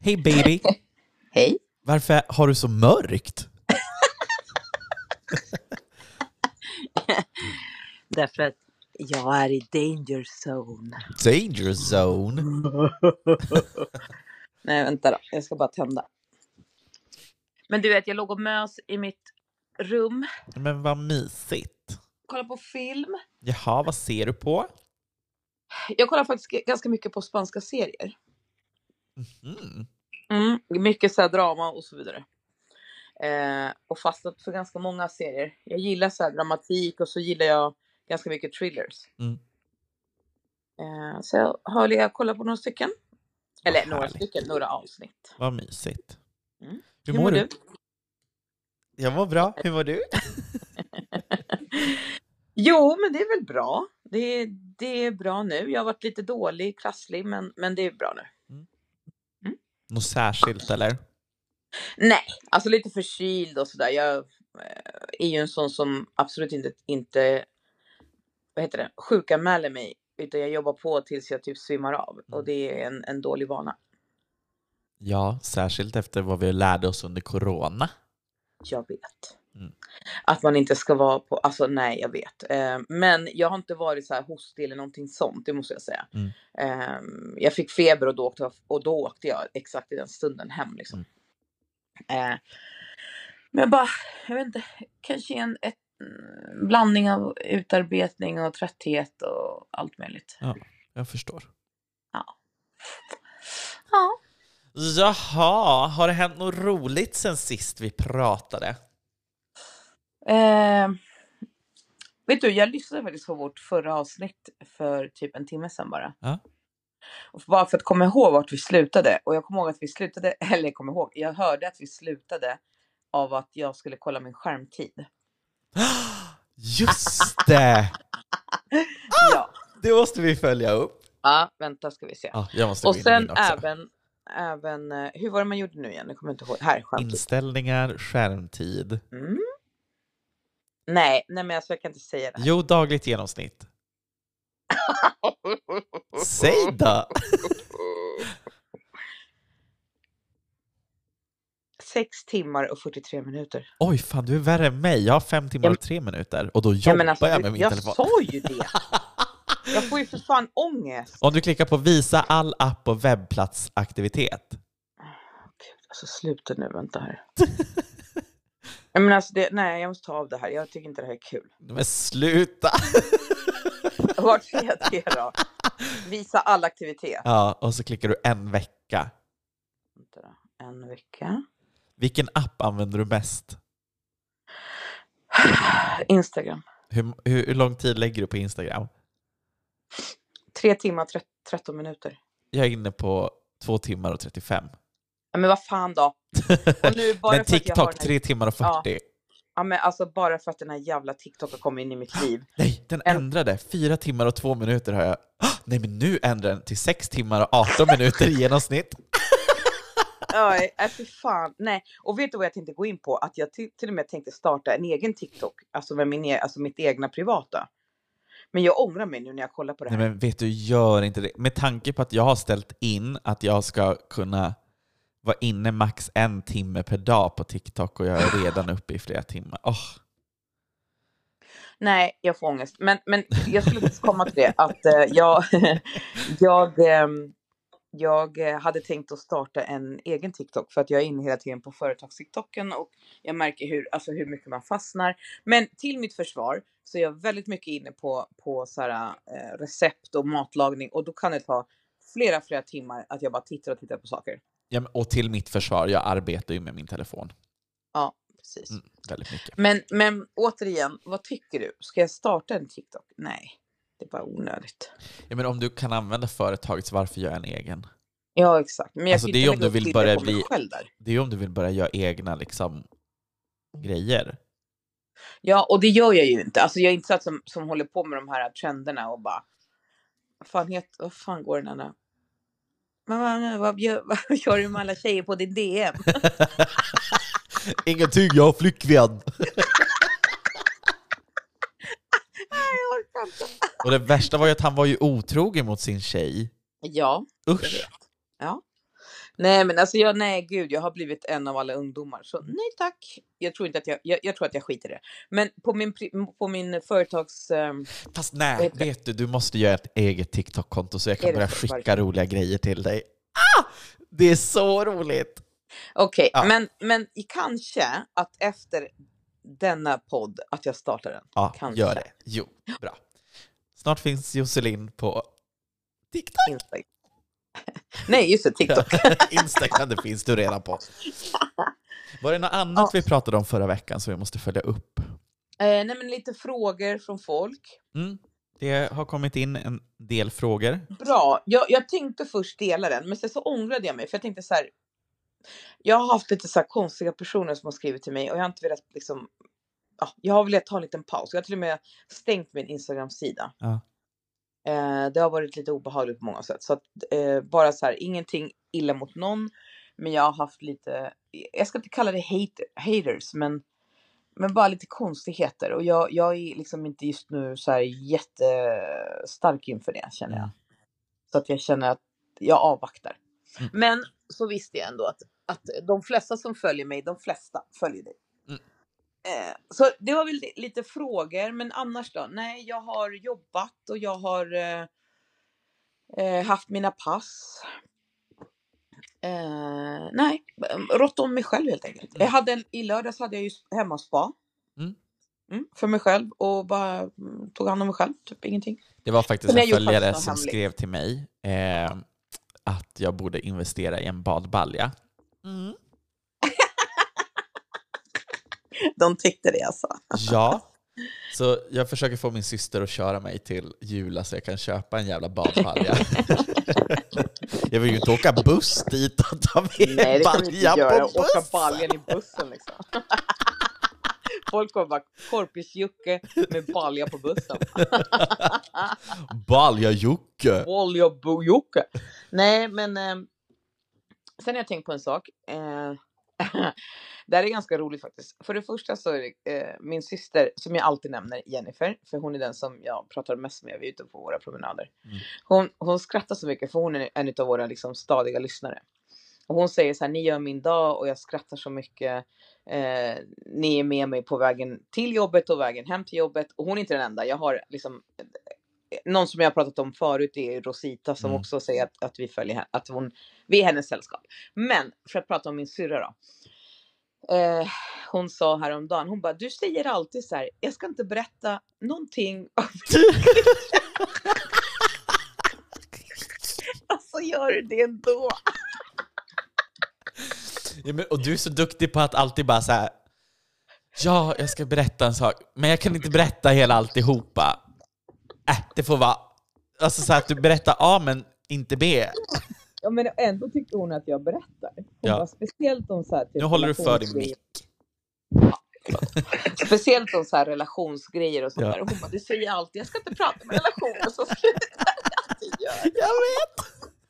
Hej baby. Hej. Varför har du så mörkt? Därför att jag är i danger zone. Danger zone? Nej, vänta då. Jag ska bara tända. Men du vet, jag låg och mös i mitt rum. Men vad mysigt. Kolla på film. Jaha, vad ser du på? Jag kollar faktiskt ganska mycket på spanska serier. Mycket så här drama och så vidare. Och fastnat för ganska många serier. Jag gillar så här dramatik och så gillar jag ganska mycket thrillers. Så jag har kollat på några stycken. Eller några avsnitt. Vad mysigt. Hur mår du? Jag mår bra. Hur mår du? Jo, men det är väl bra. Det är bra nu. Jag har varit lite dålig, krasslig, men det är bra nu. Något särskilt eller? Nej, alltså lite förkyld och sådär. Jag är ju en sån som absolut inte vad heter det, sjukanmäler mig. Utan jag jobbar på tills jag typ svimmar av. Och det är en dålig vana. Ja, särskilt efter vad vi lärde oss under corona. Jag vet. Att man inte ska vara på, alltså nej jag vet. Men jag har inte varit så här hostig eller någonting sånt, det måste jag säga. Jag fick feber och då åkte jag exakt i den stunden hem liksom. Men jag vet inte, kanske en blandning av utarbetning och trötthet och allt möjligt. Ja, jag förstår. Ja. Jaha, har det hänt något roligt sen sist vi pratade? Vet du, jag lyssnade faktiskt på vårt förra avsnitt för typ en timme sedan bara. Ja. Och bara för att komma ihåg vart vi slutade. Och jag kommer ihåg att vi slutade, jag hörde att vi slutade av att jag skulle kolla min skärmtid. Just det! Ja. Det måste vi följa upp. Ja, vänta ska vi se. Ja, jag måste och sen även, hur var det man gjorde nu igen? Jag kommer inte ihåg. Här, skärmtid. Inställningar, skärmtid. Nej, men alltså jag kan inte säga det här. Jo, dagligt genomsnitt. Säg då! 6 timmar och 43 minuter. Oj, fan du är värre än mig. Jag har 5 timmar och 3 minuter. Och då jobbar jag med min telefon. Jag sa ju det. Jag får ju för fan ångest. Om du klickar på visa all app- och webbplatsaktivitet. Gud, alltså sluta nu, vänta här. Men alltså nej, jag måste ta av det här. Jag tycker inte det här är kul. Men sluta! Vart ska jag det då? Visa all aktivitet. Ja, och så klickar du en vecka. Vänta då. En vecka. Vilken app använder du mest? Instagram. Hur lång tid lägger du på Instagram? 3 timmar 13 minuter. Jag är inne på 2 timmar och 35. Ja, men vad fan då? Och nu bara men TikTok 3 timmar och 40. Ja, men alltså bara för att den här jävla TikTok har kommit in i mitt liv. Nej, den ändrade. 4 timmar och 2 minuter har jag. Nej, men nu ändrar den till 6 timmar och 18 minuter i genomsnitt. Oj, fy fan. Nej, och vet du vad jag tänkte gå in på? Att jag till och med tänkte starta en egen TikTok. Alltså med mitt egna privata. Men jag ångrar mig nu när jag kollar på det här. Nej, men vet du, gör inte det. Med tanke på att jag har ställt in att jag ska kunna vara inne max 1 timme per dag på TikTok och jag är redan uppe i flera timmar. Nej, jag får ångest. Men jag skulle inte komma till det. Att jag hade tänkt att starta en egen TikTok. För att jag är inne hela tiden på företags-TikToken. Och jag märker hur mycket man fastnar. Men till mitt försvar så är jag väldigt mycket inne på så här, recept och matlagning. Och då kan det ta flera timmar att jag bara tittar på saker. Ja, och till mitt försvar, jag arbetar ju med min telefon. Ja, precis. Väldigt mycket. Men återigen, vad tycker du? Ska jag starta en TikTok? Nej, det är bara onödigt. Ja, men om du kan använda företaget, så varför gör en egen? Ja, exakt. Men jag alltså, det är ju om du vill börja bli... där. Det är ju om du vill börja göra egna liksom grejer. Ja, och det gör jag ju inte. Alltså jag är inte så som håller på med de här trenderna och bara... Vad fan går den här? Vad gör du med alla tjejer på din DM? Ingenting, jag har flickvän. Och det värsta var ju att han var ju otrogen mot sin tjej. Ja, usch. Ja. Nej men alltså nej gud, jag har blivit en av alla ungdomar. Så nej tack. Jag tror inte att jag tror att jag skiter i det. Men på min företags... Fast vad nej, heter det? vet du måste göra ett eget TikTok-konto så jag kan Är det börja så? skicka Varför? roliga grejer till dig. Det är så roligt! Okej, Ja. men kanske att efter denna podd att jag startar den. Ja, Kanske. gör det. Jo, bra. Snart finns Josselin på TikTok. Instagram. Nej, just det, TikTok. Instagram, det finns du redan på. Var det något annat vi pratade om förra veckan som vi måste följa upp? Nej men lite frågor från folk. Det har kommit in en del frågor. Bra, jag tänkte först dela den, men sen så ångrade jag mig. För jag tänkte så här, jag har haft lite så här konstiga personer som har skrivit till mig. Och jag har inte velat liksom, jag har velat ta en liten paus. Jag har till och med stängt min Instagram-sida. Ja. Det har varit lite obehagligt på många sätt. Så att, bara så här, ingenting illa mot någon. Men jag har haft lite, jag ska inte kalla det haters, men bara lite konstigheter. Och jag är liksom inte just nu så här jättestark inför det, känner jag. Så att jag känner att jag avvaktar. Men så visste jag ändå att de flesta som följer mig, de flesta följer dig. Så det var väl lite frågor, men annars då? Nej, jag har jobbat och jag har haft mina pass. Nej, rått om mig själv helt enkelt. I lördags hade jag ju hemmaspa. För mig själv och bara tog hand om mig själv, typ ingenting. Det var faktiskt en följare som skrev till mig att jag borde investera i en badbalja. De tyckte det alltså. Ja, så jag försöker få min syster att köra mig till Jula så jag kan köpa en jävla badbalja. Jag vill ju inte åka buss dit och ta med Nej, det kan vi inte göra. på bussen. Åka baljan i bussen liksom. Folk kommer bara Korpis-Jocke med balja på bussen. Balja-Jocke. Balja-Jocke. Nej, men sen har jag tänkt på en sak. Det här är ganska roligt faktiskt. För det första så är det min syster, som jag alltid nämner, Jennifer. För hon är den som jag pratar mest med ute på våra promenader. Hon skrattar så mycket för hon är en av våra liksom stadiga lyssnare. Och hon säger så här, ni gör min dag och jag skrattar så mycket. Ni är med mig på vägen till jobbet och vägen hem till jobbet. Och hon är inte den enda. Jag har liksom någon som jag har pratat om förut, det är Rosita som också säger att vi följer henne, att vi är hennes sällskap. Men för att prata om min syrra då. Hon sa häromdagen, hon bara, du säger alltid så här, jag ska inte berätta någonting. Alltså gör du det ändå? Ja, men, och du är så duktig på att alltid bara så här, ja, jag ska berätta en sak, men jag kan inte berätta hela alltihopa. Det får vara, alltså så här, att du berättar A men inte B. Ja, men ändå tycker hon att jag berättar. Hon var speciellt om så här, typ, nu håller du för din mick. Speciellt om så här relationsgrejer och sånt där. Och hon bara, du säger alltid, jag ska inte prata med relationer. Så ska jag gör. Jag vet.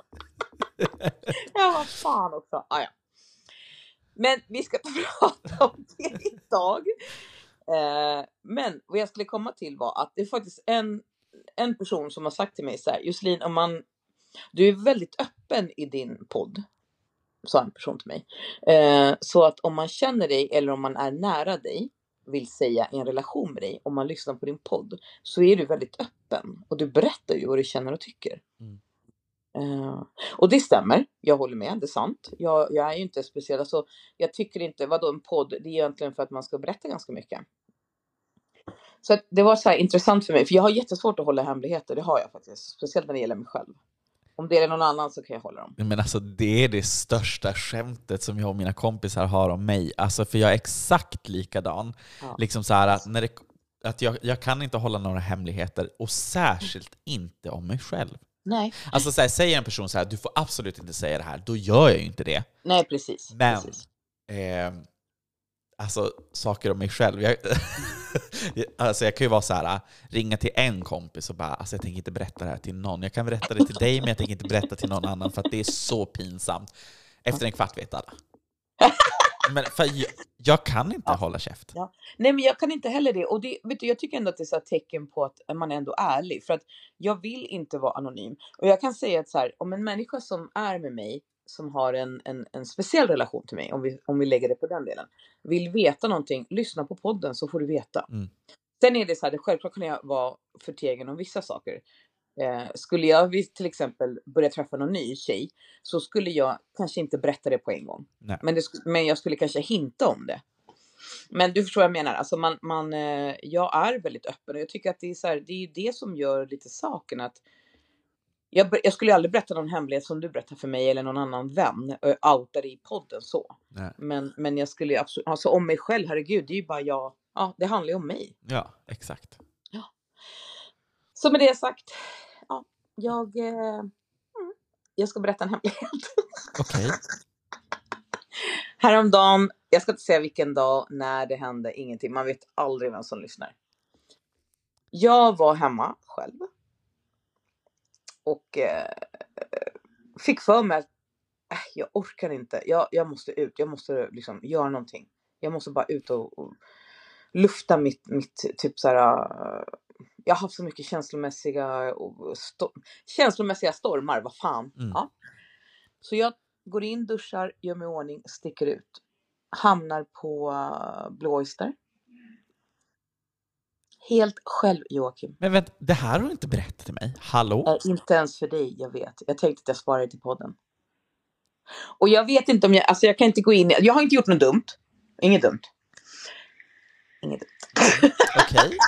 Ja, vad fan också. Ja. Men vi ska inte prata om det idag. Men vad jag skulle komma till var att det är faktiskt en person som har sagt till mig så här, Josselin, du är väldigt öppen i din podd, sa en person till mig. Så att om man känner dig eller om man är nära dig, vill säga i en relation med dig, om man lyssnar på din podd, så är du väldigt öppen. Och du berättar ju vad du känner och tycker. Och det stämmer, jag håller med, det är sant. Jag är ju inte speciell, alltså, jag tycker inte, vadå en podd, det är egentligen för att man ska berätta ganska mycket. Så att det var så här intressant för mig, för jag har jättesvårt att hålla hemligheter, det har jag faktiskt, speciellt när det gäller mig själv. Om det är någon annan så kan jag hålla dem. Men alltså det är det största skämtet som jag och mina kompisar har om mig. Alltså för jag är exakt likadan. Liksom så här att jag kan inte hålla några hemligheter, och särskilt inte om mig själv. Nej. Alltså så här, säger en person så här, du får absolut inte säga det här, då gör jag ju inte det. Nej, precis. Men precis. Alltså saker om mig själv. Jag kan ju vara så här, ringa till en kompis och bara, alltså jag tänker inte berätta det här till någon. Jag kan berätta det till dig, men jag tänker inte berätta till någon annan för att det är så pinsamt. Efter en kvart vet alla. Men för jag kan inte hålla käft. Ja. Nej, men jag kan inte heller det. Och det, vet du, jag tycker ändå att det är så ett tecken på att man är ändå ärlig. För att jag vill inte vara anonym. Och jag kan säga att så här, om en människa som är med mig som har en speciell relation till mig, om vi lägger det på den delen, vill veta någonting, lyssna på podden så får du veta. Sen är det så här, självklart kan jag vara förtegen om vissa saker. Skulle jag till exempel börja träffa någon ny tjej, så skulle jag kanske inte berätta det på en gång. Men jag skulle kanske hinta om det. Men du förstår vad jag menar. Alltså jag är väldigt öppen, och jag tycker att det är så här, det är det som gör lite saken, att jag skulle aldrig berätta någon hemlighet som du berättar för mig eller någon annan vän, outar i podden så. Men jag skulle absolut, alltså om mig själv, herregud, det är ju bara jag. Ja, det handlar ju om mig. Ja, exakt. Ja. Så med det sagt, ja, jag ska berätta en hemlighet. Okej. Häromdagen, jag ska inte säga vilken dag, när det hände, ingenting. Man vet aldrig vem som lyssnar. Jag var hemma själv. Och fick för mig att jag orkar inte. Jag måste ut. Jag måste liksom göra någonting. Jag måste bara ut och lufta mitt typ så här. Jag har haft så mycket känslomässiga stormar. Vad fan. Ja. Så jag går in, duschar, gör mig i ordning, sticker ut. Hamnar på Blå Oyster. Helt själv, Joakim. Men vänta, det här har du inte berättat till mig. Hallå? Inte ens för dig, jag vet. Jag tänkte att jag sparar det till podden. Och jag vet inte om jag kan inte gå in. Jag har inte gjort något dumt. Inget dumt. Okej.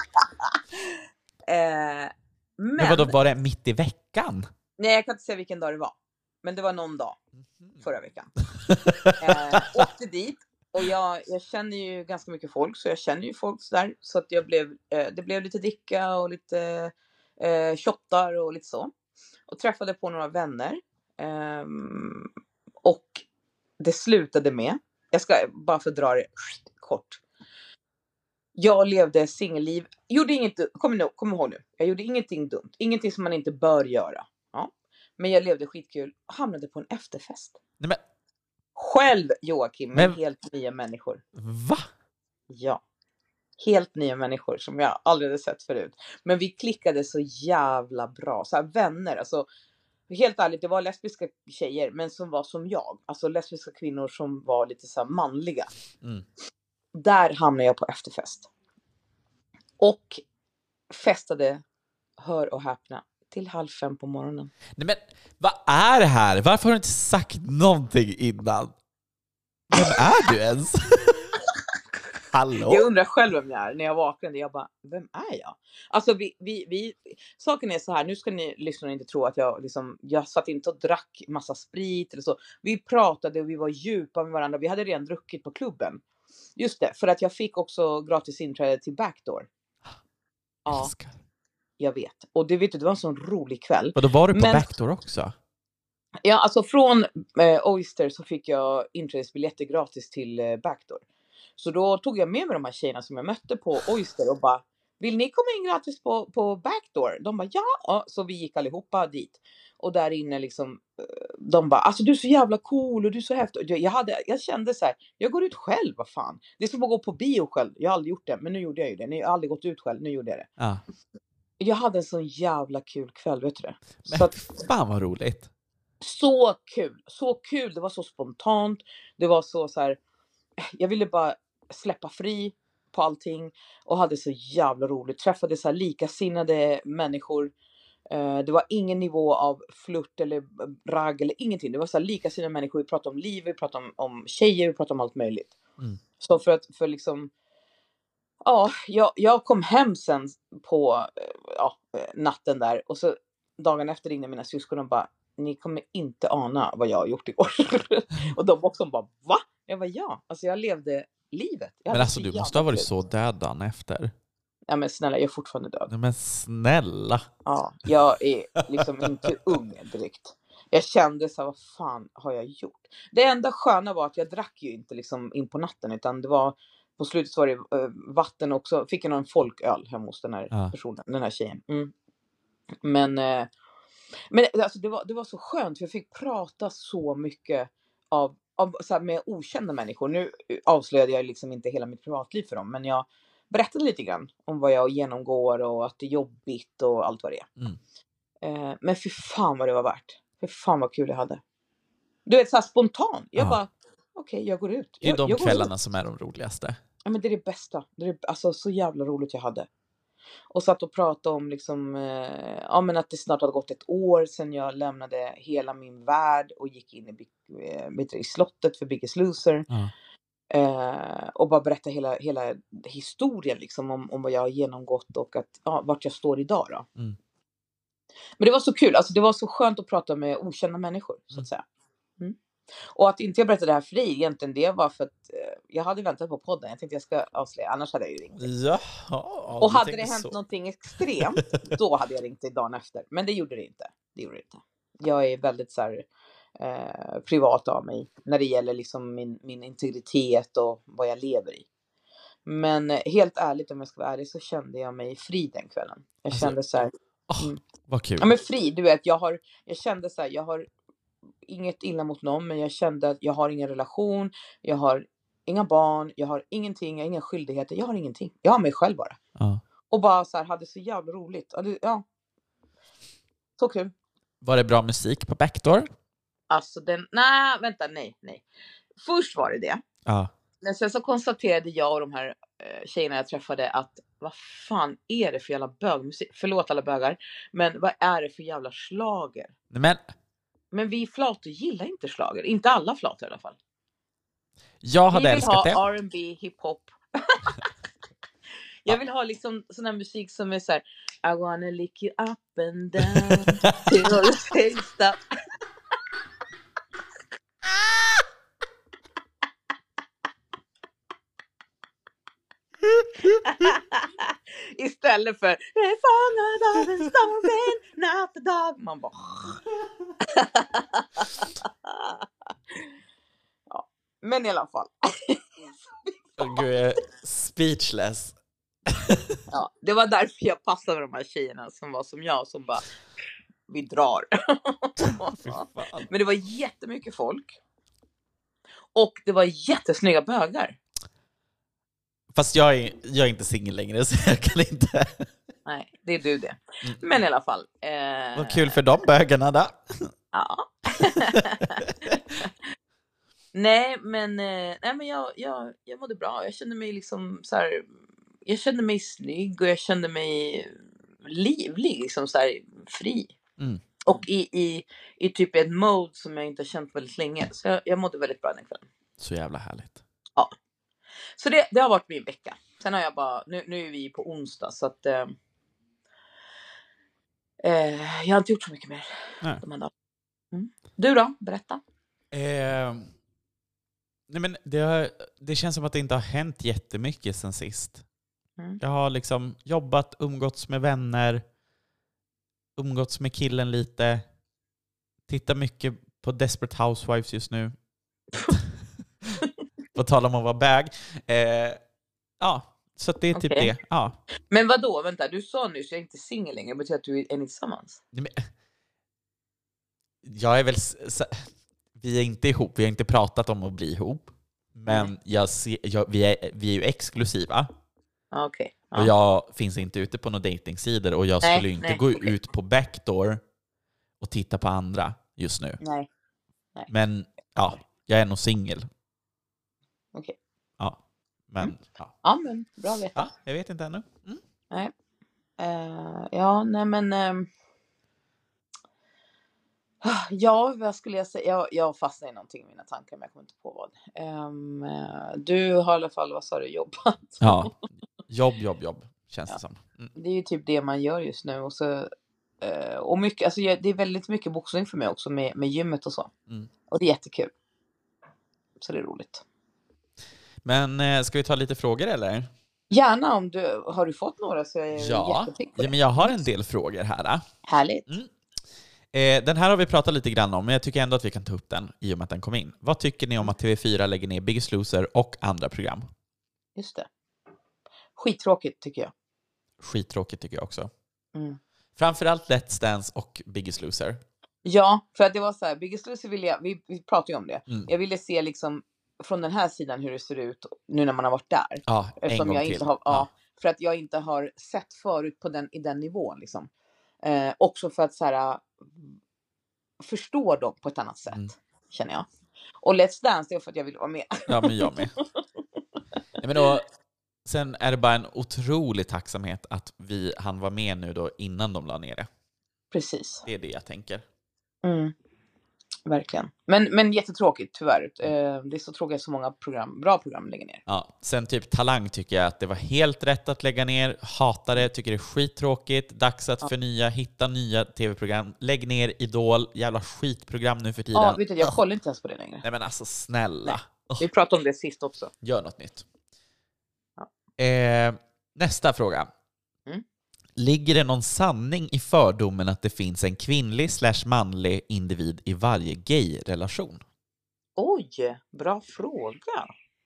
Men vadå, var det mitt i veckan? Nej, jag kan inte säga vilken dag det var. Men det var någon dag förra veckan. Åkte dit. Och jag känner ju ganska mycket folk. Så jag känner ju folk där. Så att det blev lite dricka och lite shottar och lite så. Och träffade på några vänner. Och det slutade med, jag ska bara fördra det kort. Jag levde singelliv. Gjorde inget, kom ihåg nu. Jag gjorde ingenting dumt. Ingenting som man inte bör göra. Ja. Men jag levde skitkul. Och hamnade på en efterfest. Nej, men... Själv, Joakim, med helt nya människor. Va? Ja. Helt nya människor som jag aldrig hade sett förut. Men vi klickade så jävla bra. Så här, vänner, alltså. Helt ärligt, det var lesbiska tjejer, men som var som jag. Alltså lesbiska kvinnor som var lite så här manliga. Där hamnade jag på efterfest. Och festade, hör och häpna, till 4:30 på morgonen. Nej, men vad är det här? Varför har du inte sagt någonting innan? Vem är du ens? Hallå? Jag undrar själv vem jag är. När jag vaknade, jag bara, vem är jag? Alltså saken är så här, nu ska ni lyssna och inte tro att jag satt inte och drack massa sprit eller så. Vi pratade och vi var djupa med varandra. Vi hade redan druckit på klubben. Just det, för att jag fick också gratis inträde till Backdoor. Ja, jag vet. Och det var en sån rolig kväll. Och då var du på Backdoor också? Ja, alltså från Oyster så fick jag inträdesbiljetter gratis till Backdoor. Så då tog jag med mig de här tjejerna som jag mötte på Oyster och bara, vill ni komma in gratis på Backdoor? De bara, ja. Så vi gick allihopa dit. Och där inne liksom, de bara, alltså du är så jävla cool och du är så häftig. Jag kände så här, jag går ut själv, vad fan. Det är som att gå på bio själv. Jag har aldrig gjort det, men nu gjorde jag ju det. Jag har aldrig gått ut själv, nu gjorde jag det. Ja. Jag hade en sån jävla kul kväll, vet du det? Men så fan vad roligt. Så kul. Det var så spontant. Det var så här, jag ville bara släppa fri på allting och hade så jävla roligt. Träffade så här likasinnade människor. Det var ingen nivå av flört eller ragg eller ingenting. Det var så här likasinnade människor. Vi pratade om liv, vi pratade om tjejer, vi pratade om allt möjligt. Så för liksom, ja, jag kom hem sen på natten där och så dagen efter ringde mina syskon och bara, ni kommer inte ana vad jag har gjort igår. Och de också bara, va? Jag bara, ja. Alltså jag levde livet. Men alltså du måste ha varit så död dagen efter. Ja men snälla, jag är fortfarande död. Nej, men snälla. Ja, jag är liksom inte ung direkt. Jag kände så här, vad fan har jag gjort? Det enda sköna var att jag drack ju inte liksom in på natten, utan det var, på slutet var det vatten också. Fick jag någon folköl hemma hos den här personen, den här tjejen. Men alltså det var så skönt, för jag fick prata så mycket av så här, med okända människor. Nu avslöjade jag liksom inte hela mitt privatliv för dem, men jag berättade lite grann om vad jag genomgår och att det är jobbigt och allt vad det är. Men för fan vad det var värt. För fan vad kul jag hade. Du vet, så här spontant. Jag bara, okej, jag går ut. Det är de jag går kvällarna ut. som är de roligaste. Ja, men det är det bästa. Det är alltså så jävla roligt jag hade. Och satt och pratade om liksom, ja men att det snart hade gått 1 år sedan jag lämnade hela min värld och gick in i slottet för Biggest Loser. Ja. Och bara berätta hela historien liksom om vad jag har genomgått och att, vart jag står idag då. Mm. Men det var så kul, alltså det var så skönt att prata med okända människor så att säga. Och att inte jag berättade det här för dig egentligen, det var för att jag hade väntat på podden. Jag tänkte jag ska avslöja, annars hade jag ju ringt dig. Jaha, och hade det hänt någonting extremt, då hade jag ringt dig dagen efter. Men det gjorde det inte. Jag är väldigt så här, privat av mig när det gäller liksom min integritet och vad jag lever i. Men helt ärligt, om jag ska vara ärlig, så kände jag mig fri den kvällen. Jag kände så här, vad kul. Ja, men fri, du vet, jag kände så här, jag har inget illa mot någon, men jag kände att jag har ingen relation, jag har inga barn, jag har ingenting, jag har inga skyldigheter, jag har ingenting. Jag har mig själv bara. Och bara så här, hade så jävla roligt. Ja. Så kul. Var det bra musik på Backdoor? Alltså nej. Först var det det. Ja. Men sen så konstaterade jag och de här tjejerna jag träffade att vad fan är det för jävla bögmusik? Förlåt alla bögar, men vad är det för jävla slager? Men vi flator gillar inte slager. Inte alla flator i alla fall. Jag hade älskat det. Vi vill ha R&B, hiphop. Jag vill ha liksom sån här musik som är så här: I wanna lick you up and down till you say stop. Istället för fångad av en stormvind natt och dag. Man bara ja. Men i alla fall. Gud, jag är speechless. Ja, det var därför jag passade med de här tjejerna som var som jag, som bara, vi drar. Men det var jättemycket folk. Och det var jättesnygga bögar. Fast jag är inte singel längre, så jag kan inte. Nej, det är du det. Men i alla fall. Vad kul för de bögarna då. Ja. Nej, men jag mådde bra. Jag kände mig liksom så här, jag kände mig snygg och jag kände mig livlig, liksom så här fri. Och i typ ett mode som jag inte har känt väldigt länge. Så jag mådde väldigt bra den kvällen. Så jävla härligt. Ja. Så det har varit min vecka. Sen har jag bara, nu är vi på onsdag, så att jag har inte gjort så mycket mer. Du då? Berätta. Nej, men det känns som att det inte har hänt jättemycket sen sist. Jag har liksom jobbat, umgåtts med vänner, umgåtts med killen lite, tittar mycket på Desperate Housewives just nu. På tal om att vara bög. Ja, så det är typ det. Ja. Men vadå? Vänta, du sa nyss jag är inte singel längre. Det betyder att du är tillsammans? Jag är väl... Vi är inte ihop. Vi har inte pratat om att bli ihop. Men vi är ju exklusiva. Okej. Och jag finns inte ute på några datingsidor. Och jag skulle inte gå ut på Backdoor och titta på andra just nu. Nej. Men ja, jag är nog singel. Okej. Ja. Men, ja, men bra vet jag. Ja, jag vet inte ännu. Nej. Ja, nej men... ja, vad skulle jag säga? Jag fastnar i någonting i mina tankar, men jag kommer inte på vad. Du har i alla fall, vad sa du, jobbat? Ja, jobb känns det som. Det är ju typ det man gör just nu. Och så... och mycket, alltså det är väldigt mycket boxning för mig också med gymmet och så. Och det är jättekul. Så det är roligt. Men ska vi ta lite frågor eller? Gärna, om har du fått några så är jag jättepigg på det. Ja, men jag har en del frågor här. Härligt. Den här har vi pratat lite grann om, men jag tycker ändå att vi kan ta upp den i och med att den kom in. Vad tycker ni om att TV4 lägger ner Biggest Loser och andra program? Just det. Skittråkigt tycker jag. Skittråkigt tycker jag också. Framförallt Let's Dance och Biggest Loser. Ja, för att det var så här, Biggest Loser vi pratade ju om det. Jag ville se liksom från den här sidan hur det ser ut nu när man har varit där. Ja, en gång till. För att jag inte har sett förut i den nivån liksom. Också för att så här, förstå dem på ett annat sätt. känner jag. Och Let's Dance, det är för att jag vill vara med. Ja, men jag med. Ja, men då, sen är det bara en otrolig tacksamhet att vi hann vara med nu då innan de la ner det. Precis. Det är det jag tänker. Verkligen. Men jättetråkigt tyvärr. Det är så tråkigt så många bra program lägger ner. Ja, sen typ Talang tycker jag att det var helt rätt att lägga ner. Hatar det, tycker det är skittråkigt. Dags att förnya, hitta nya tv-program. Lägg ner Idol, jävla skitprogram nu för tiden. Ja, vet du, jag kollar inte ens på det längre. Nej men alltså snälla. Vi pratade om det sist också. Gör något nytt. Ja. Nästa fråga. Ligger det någon sanning i fördomen att det finns en kvinnlig/manlig individ i varje gay-relation? Oj, bra fråga.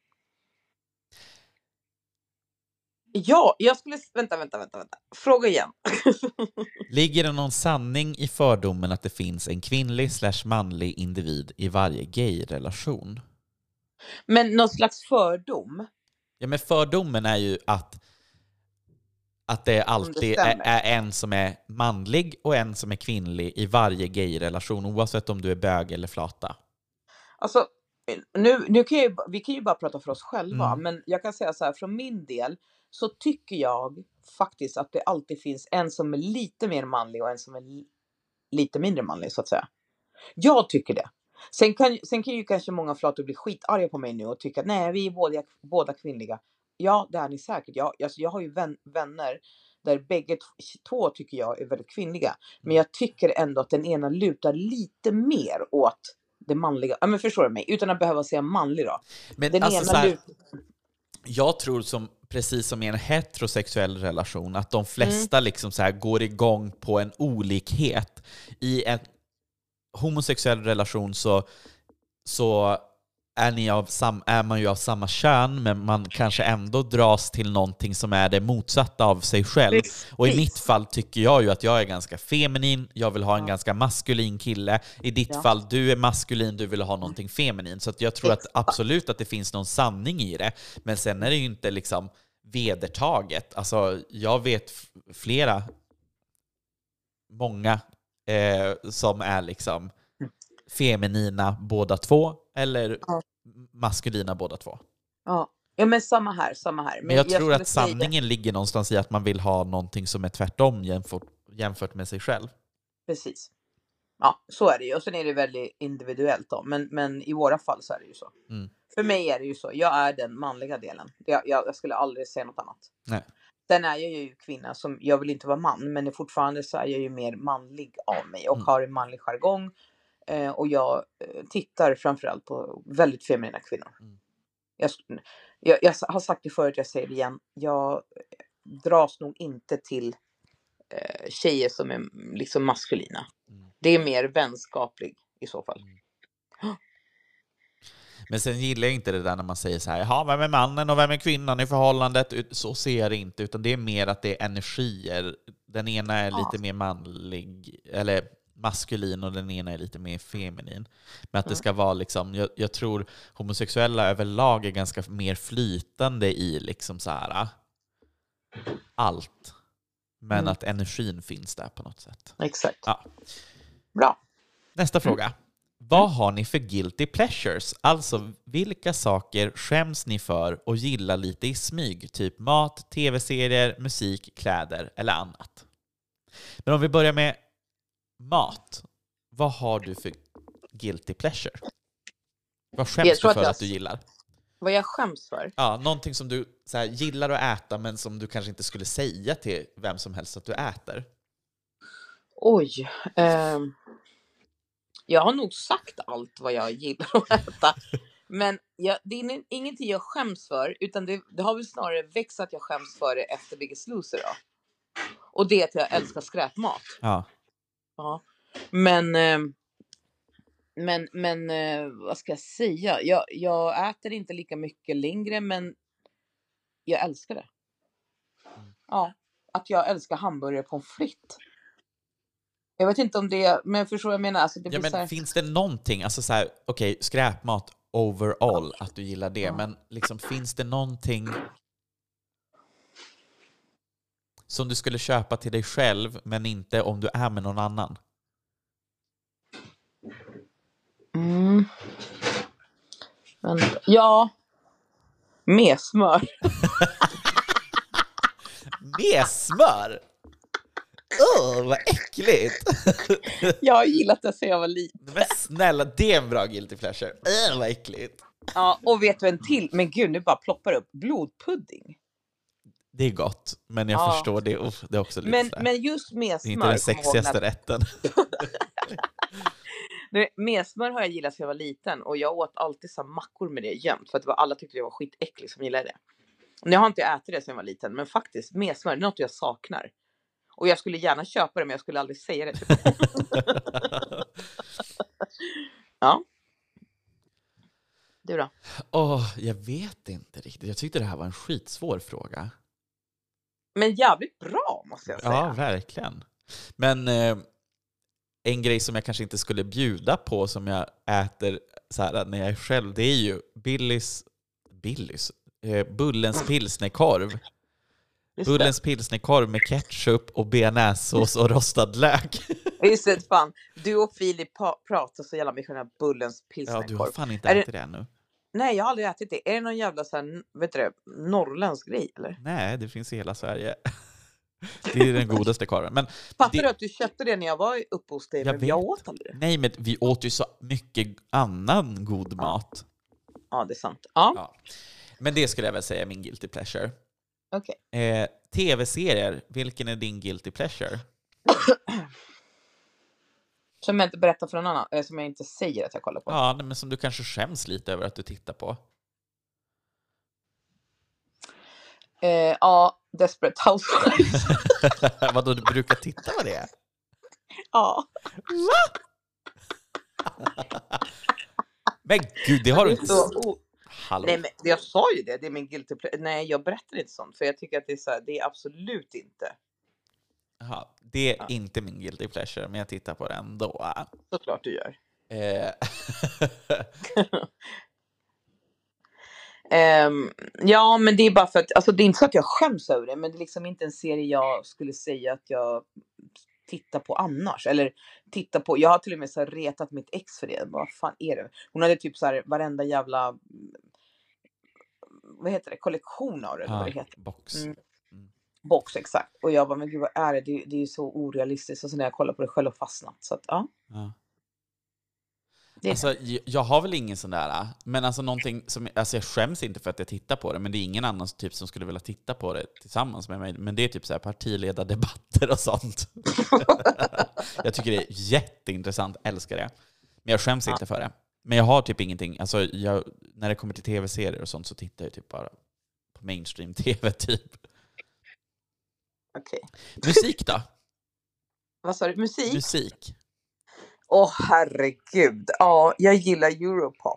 Ja, jag skulle... Vänta. Fråga igen. Ligger det någon sanning i fördomen att det finns en kvinnlig/manlig individ i varje gay-relation? Men någon slags fördom? Ja, men fördomen är ju att det alltid är en som är manlig och en som är kvinnlig i varje gay-relation, oavsett om du är bög eller flata. Alltså, vi kan ju bara prata för oss själva, men jag kan säga så här, från min del så tycker jag faktiskt att det alltid finns en som är lite mer manlig och en som är lite mindre manlig, så att säga. Jag tycker det. Sen kan ju kanske många flator bli skitarga på mig nu och tycka att nej, vi är båda kvinnliga. Ja, det är ni säkert. Jag har ju vänner där bägge två tycker jag är väldigt kvinnliga. Men jag tycker ändå att den ena lutar lite mer åt det manliga. Ja, men förstår du mig? Utan att behöva säga manlig då. Men den alltså, ena jag tror precis som i en heterosexuell relation att de flesta liksom så här går igång på en olikhet. I en homosexuell relation så är man ju av samma kön, men man kanske ändå dras till någonting som är det motsatta av sig själv. Precis. Och i mitt fall tycker jag ju att jag är ganska feminin, jag vill ha en ganska maskulin kille. I ditt fall, du är maskulin, du vill ha någonting feminin. Så att jag tror att absolut att det finns någon sanning i det. Men sen är det ju inte liksom vedertaget. Alltså, jag vet många som är liksom feminina båda två eller maskulina båda två. Ja, men samma här. Men jag tror att sanningen ligger någonstans i att man vill ha någonting som är tvärtom jämfört med sig själv. Precis. Ja, så är det ju. Och sen är det väldigt individuellt då. Men i våra fall så är det ju så. För mig är det ju så. Jag är den manliga delen. Jag skulle aldrig säga något annat. Nej. Sen är jag ju kvinna som, jag vill inte vara man, men fortfarande så är jag ju mer manlig av mig och har en manlig jargong. Och jag tittar framförallt på väldigt feminina kvinnor. Jag har sagt det förut, jag säger det igen. Jag dras nog inte till tjejer som är liksom maskulina. Det är mer vänskaplig i så fall. Men sen gillar jag inte det där när man säger så här, jaha, vem är mannen och vem är kvinnan i förhållandet? Så ser jag det inte, utan det är mer att det är energier. Den ena är lite mer manlig, eller maskulin, och den ena är lite mer feminin. Men att det ska vara liksom, jag tror homosexuella överlag är ganska mer flytande i liksom så här allt. Men att energin finns där på något sätt. Exakt. Ja. Bra. Nästa fråga. Vad har ni för guilty pleasures? Alltså, vilka saker skäms ni för och gillar lite i smyg? Typ mat, tv-serier, musik, kläder eller annat. Men om vi börjar med mat. Vad har du för guilty pleasure? Vad skäms du för att du gillar? Vad jag skäms för? Ja, någonting som du så här, gillar att äta men som du kanske inte skulle säga till vem som helst att du äter. Oj. Jag har nog sagt allt vad jag gillar att äta. Men det är ingenting jag skäms för. Utan det har väl snarare växt att jag skäms för det efter Biggest Loser då. Och det är att jag älskar skräpmat. Ja. Ja. Men vad ska jag säga? Jag äter inte lika mycket längre, men jag älskar det. Ja. Att jag älskar hamburgare på en fritt. Jag vet inte om det, men förstår vad jag menar. Alltså, det men finns det någonting, alltså så här, okej, skräpmat overall, att du gillar det, men liksom, finns det någonting som du skulle köpa till dig själv, men inte om du är med någon annan? Mm. Vänta. Ja. Med smör. Med smör? Vad äckligt. Jag har gillat det sedan jag var liten. Men snälla, det är en bra guilty pleasure. Vad äckligt. Ja, och vet du en till? Men gud, nu bara ploppar upp. Blodpudding. Det är gott, men jag förstår det. Det är också lite men just med det är smör. inte den sexigaste rätten. Med smör har jag gillat sedan jag var liten. Och jag åt alltid så mackor med det jämt. För att alla tyckte det var skitäckligt som gillade det. Nu har inte ätit det sedan jag var liten. Men faktiskt, med smör, det är något jag saknar. Och jag skulle gärna köpa det, men jag skulle aldrig säga det. Ja. Du då? Jag vet inte riktigt. Jag tyckte det här var en skitsvår fråga. Men jävligt bra, måste jag säga. Ja, verkligen. Men en grej som jag kanske inte skulle bjuda på som jag äter så här när jag är själv, det är ju Bullens pilsnerkorv. Bullens pilsnerkorv med ketchup och bearnaisesås och rostad lök. Visst är det fan. Du och Filip pratar så jävla mycket om den här Bullens pilsnerkorv. Ja, du har fan inte ätit det ännu. Nej, jag har aldrig ätit det. Är det någon jävla så här, vet du, norrländsk grej, eller? Nej, det finns i hela Sverige. Det är den godaste korven. Men fattar du att du köpte det när jag var uppe hos dig, men jag åt aldrig det? Nej, men vi åt ju så mycket annan god mat. Ja, det är sant. Ja. Men det skulle jag väl säga är min guilty pleasure. Okej. TV-serier, vilken är din guilty pleasure? Som jag inte berättar för någon annan, som jag inte säger att jag kollar på. Ja, men som du kanske skäms lite över att du tittar på. Ja, Desperate Housewives. Vadå, du brukar titta på det? Ja. Va? Men gud, det har du inte... Hallå. Nej, men jag sa ju det är min guilty pleasure. Nej, jag berättar inte sånt, för jag tycker att det är så här, det är absolut inte. Jaha, det är inte min guilty pleasure, men jag tittar på det ändå. Såklart du gör. Ja, men det är bara för att, alltså det är inte så att jag skäms över det, men det är liksom inte en serie jag skulle säga att jag tittar på annars, eller tittar på, jag har till och med så här retat mitt ex för det. Vad fan är det? Hon hade typ så här varenda jävla, vad heter det, kollektion av det, eller vad det heter. Box. Box, exakt. Och jag bara, men gud, vad är det? Det är ju så orealistiskt. Och så när jag kollar på det själv och fastnat. Så att, ja. Alltså, jag har väl ingen sån där, men alltså någonting som, alltså jag skäms inte för att jag tittar på det, men det är ingen annan typ som skulle vilja titta på det tillsammans med mig, men det är typ så här partiledardebatter och sånt. Jag tycker det är jätteintressant, älskar det. Men jag skäms inte för det. Men jag har typ ingenting, alltså när det kommer till tv-serier och sånt så tittar jag typ bara på mainstream tv typ. Okej. Musik då? Vad sa du? Musik. Herregud. Ja, jag gillar Europop.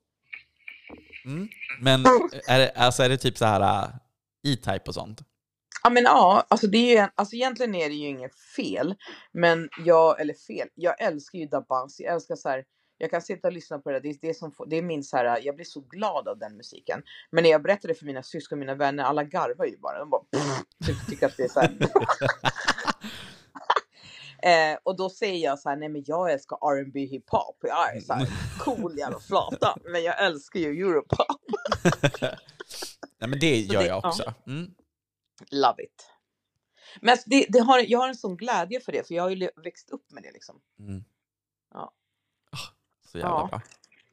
Men är det typ så här E-Type och sånt? Ja, men ja, alltså det är ju alltså egentligen är det ju inget fel, men jag älskar ju Dabas. Jag älskar så här, jag kan sitta och lyssna på det. Det är min så här, jag blir så glad av den musiken. Men när jag berättar det för mina syskon och mina vänner, alla garvar ju bara. De bara tycker att det är så här. Och då säger jag så här, nej men jag älskar R&B hiphop. Jag är så här cool jävla flata. Men jag älskar ju Europop. Nej, men det gör jag också. Love it. Men alltså, jag har en sån glädje för det, för jag har ju växt upp med det liksom. Ja. Så jävla bra.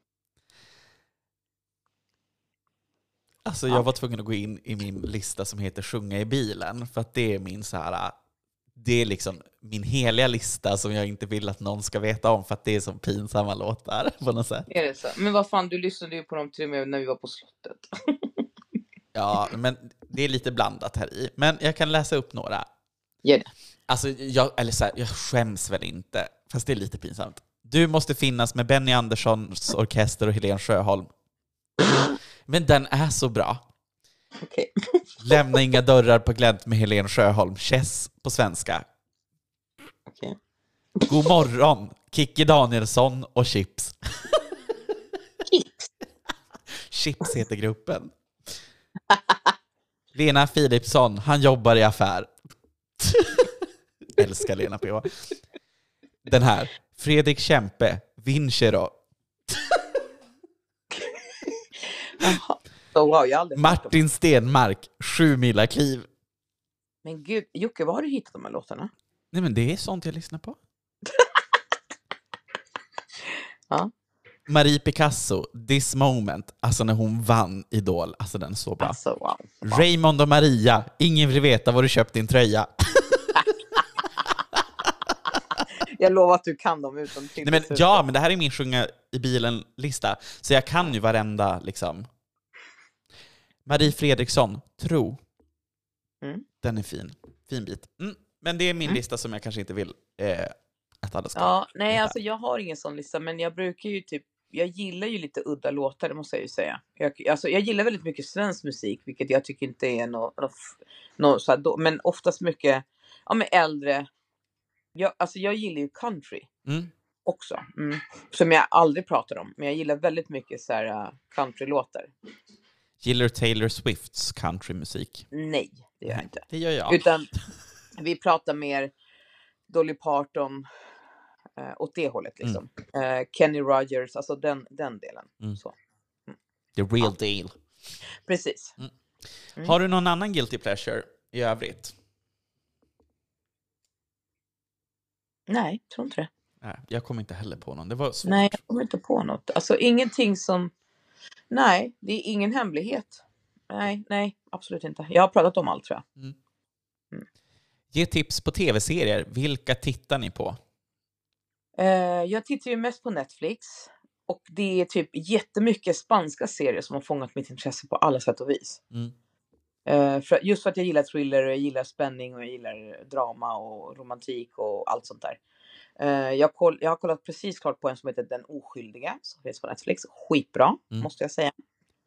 Alltså jag var tvungen att gå in i min lista som heter Sjunga i bilen, för att det är min så här, det är liksom min heliga lista som jag inte vill att någon ska veta om, för att det är som pinsamma låtar på något sätt. Är det så? Men vad fan, du lyssnade ju på dem till och med när vi var på slottet. Ja, men det är lite blandat här i. Men jag kan läsa upp några. Gör det. Alltså, jag skäms väl inte, fast det är lite pinsamt. Du måste finnas med Benny Anderssons orkester och Helen Sjöholm. Men den är så bra. Okay. Lämna inga dörrar på glänt med Helen Sjöholm. Chess på svenska. Okay. God morgon, Kikki Danielsson och Chips. Chips heter gruppen. Lena Philipsson, han jobbar i affär. Älskar Lena P.O. Den här, Fredrik Kempe, Vincero. Jaha. Oh, wow, jag har aldrig hört dem. Martin Stenmark, 7 mila kliv. Men gud, Jocke, var har du hittat de här låtarna? Nej, men det är sånt jag lyssnar på. Ja. Marie Picasso, This Moment, alltså när hon vann Idol, alltså den är så bra. Alltså, wow. Raymond och Maria, ingen vill veta var du köpt din tröja. Jag lovar att du kan dem utan till. Nej, men, ja, men det här är min sjunga i bilen-lista, så jag kan ju varenda liksom. Marie Fredriksson, Tro. Den är fin. Fin bit. Men det är min lista som jag kanske inte vill att alla ska. Ja, nej, alltså jag har ingen sån lista, men jag brukar ju typ, jag gillar ju lite udda låtar, det måste jag ju säga. Jag gillar väldigt mycket svensk musik, vilket jag tycker inte är något så här, men oftast mycket, ja, men äldre. Jag gillar ju country också, som jag aldrig pratar om, men jag gillar väldigt mycket så här countrylåtar. Gillar Taylor Swifts countrymusik? Nej, det gör jag inte. Det gör jag. Utan vi pratar mer Dolly Parton åt det hållet liksom. Kenny Rogers, alltså den delen. Så. The real deal. Precis. Har du någon annan guilty pleasure i övrigt? Nej, tror inte det. Nej, jag kommer inte heller på någon. Det var svårt. Nej, jag kommer inte på något. Alltså ingenting som... Nej, det är ingen hemlighet. Nej, absolut inte. Jag har pratat om allt, tror jag. Ge tips på tv-serier. Vilka tittar ni på? Jag tittar ju mest på Netflix. Och det är typ jättemycket spanska serier som har fångat mitt intresse på alla sätt och vis. Just för att jag gillar thriller, och jag gillar spänning, och jag gillar drama och romantik och allt sånt där. Jag har kollat precis klart på en som heter Den oskyldiga, som finns på Netflix. Skitbra, måste jag säga.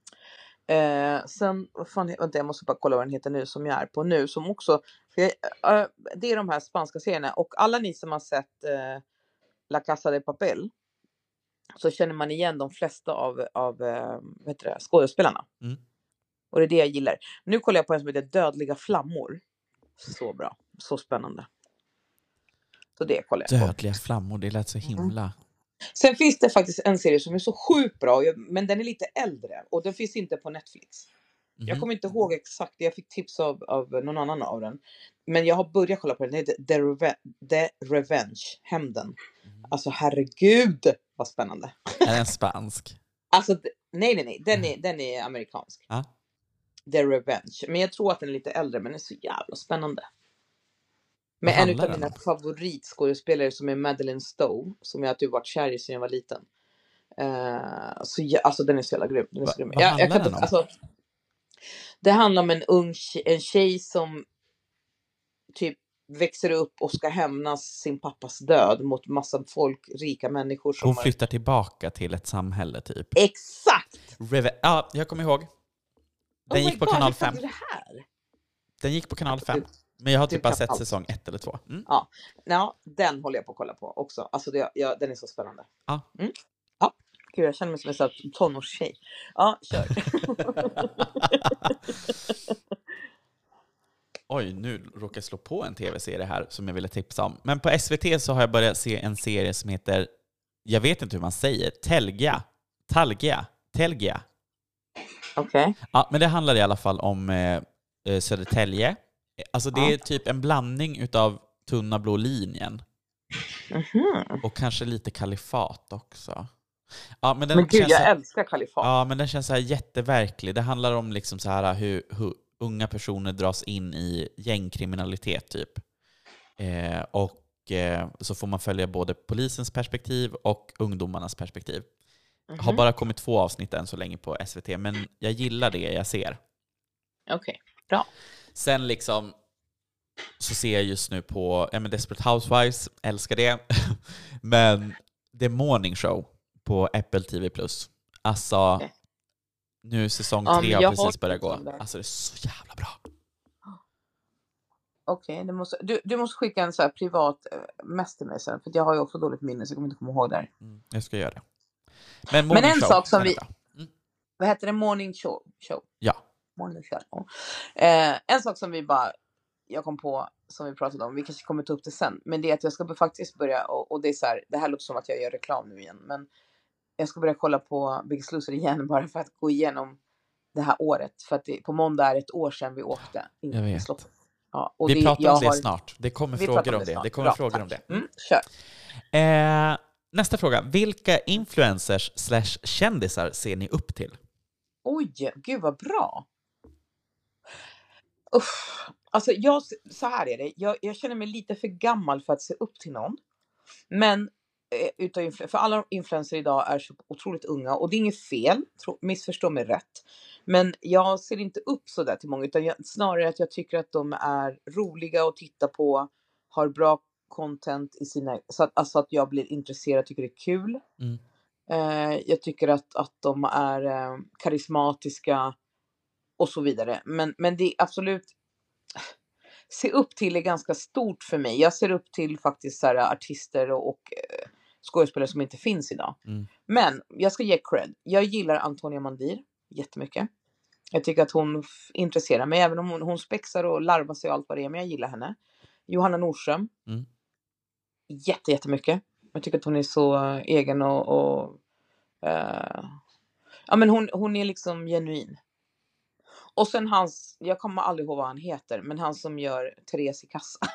Sen, jag måste bara kolla vad den heter nu, som jag är på nu, som också, det är de här spanska serierna, och alla ni som har sett La Casa de Papel, så känner man igen de flesta av skådespelarna. Och det är det jag gillar. Nu kollar jag på en som heter Dödliga flammor. Så bra, så spännande. Så det kollar jag på. Dödliga flammor, det lät så himla... Sen finns det faktiskt en serie som är så sjukt bra, men den är lite äldre, och den finns inte på Netflix. Jag kommer inte ihåg exakt, jag fick tips av någon annan av den. Men jag har börjat kolla på den, den heter The Revenge, Hämnden. Alltså herregud, vad spännande. Är den spansk? Alltså, nej, den är amerikansk. The Revenge, men jag tror att den är lite äldre, men den är så jävla spännande. Men en av mina favoritskådespelare som är Madeleine Stowe, som jag typ varit kär i sedan jag var liten. Alltså den är så jävla grym. Den är så grym. Vad handlar den om? Alltså, det handlar om en tjej som typ växer upp och ska hämnas sin pappas död mot massa folk, rika människor. Som hon flyttar tillbaka till ett samhälle typ. Exakt! Ja, jag kommer ihåg. Den gick på kanal 5. Det här? Den gick på kanal 5. Men jag har typ bara sett säsong 1 eller 2. Ja, den håller jag på att kolla på också. Alltså den är så spännande. Ja. Ja, gud, jag känner mig som en sån tonårstjej. Ja, kör. Oj, nu råkar jag slå på en tv-serie här som jag ville tipsa om. Men på SVT så har jag börjat se en serie som heter, jag vet inte hur man säger, Telgia. Okej. Ja, men det handlar i alla fall om Södertälje. Alltså det är typ en blandning utav Tunna blå linjen. Och kanske lite Kalifat också. Ja, men gud, jag älskar Kalifat. Ja, men den känns så här jätteverklig. Det handlar om liksom så här hur unga personer dras in i gängkriminalitet typ. Så får man följa både polisens perspektiv och ungdomarnas perspektiv. Har bara kommit 2 avsnitt än så länge på SVT, men jag gillar det jag ser. Okej, bra. Sen liksom så ser jag just nu på Desperate Housewives, älskar det. Men The Morning Show på Apple TV+. Alltså, nu säsong 3 har precis börjat gå. Alltså det är så jävla bra. Okej, du måste skicka en så här privat mess till mig sen, för jag har ju också dåligt minne, så jag kommer inte komma ihåg där. Jag ska göra det. Men en sak som vi... Vad heter det? Morning show? Ja. Morning show. En sak som jag kom på, som vi pratade om, vi kanske kommer ta upp det sen, men det är att jag ska faktiskt börja, och det är så här, det här låter som att jag gör reklam nu igen, men jag ska börja kolla på Biggest Loser igen, bara för att gå igenom det här året. För att på måndag är ett år sedan vi åkte. Jag vet. Ja, och Vi pratar om det snart. Det kommer frågor om det. Det kommer frågor om det. Kör. Nästa fråga. Vilka influencers / kändisar ser ni upp till? Oj, gud vad bra. Alltså så här är det. Jag känner mig lite för gammal för att se upp till någon. Men för alla influencers idag är så otroligt unga. Och det är inget fel, missförstå mig rätt. Men jag ser inte upp så där till många. Utan snarare att jag tycker att de är roliga att titta på. Har bra content i sina... Alltså att jag blir intresserad, tycker det är kul. Jag tycker att de är karismatiska. Och så vidare. Men det är absolut... Se upp till är ganska stort för mig. Jag ser upp till faktiskt så här, artister och skådespelare som inte finns idag. Men jag ska ge cred. Jag gillar Antonia Mandir jättemycket. Jag tycker att hon intresserar mig. Även om hon spexar och larvar sig och allt vad det är. Men jag gillar henne. Johanna Nordström. Jättemycket. Jag tycker att hon är så egen och ja, men hon är liksom genuin. Och sen jag kommer aldrig ihåg vad han heter, men han som gör Therese i kassan.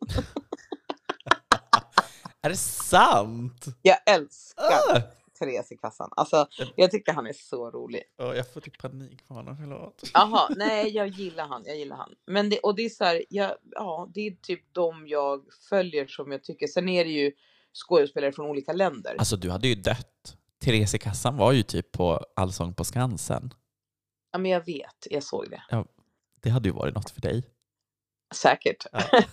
Är det sant? Jag älskar Therese i kassan. Alltså, jag tycker han är så rolig. Jag får typ panik på honom, förlåt. Jaha, nej, jag gillar han. Men det är så här, det är typ de jag följer som jag tycker. Sen är det ju skådespelare från olika länder. Alltså, du hade ju dött. Therese i kassan var ju typ på Allsång på Skansen. Ja, men jag vet. Jag såg det. Ja, det hade ju varit något för dig. Säkert.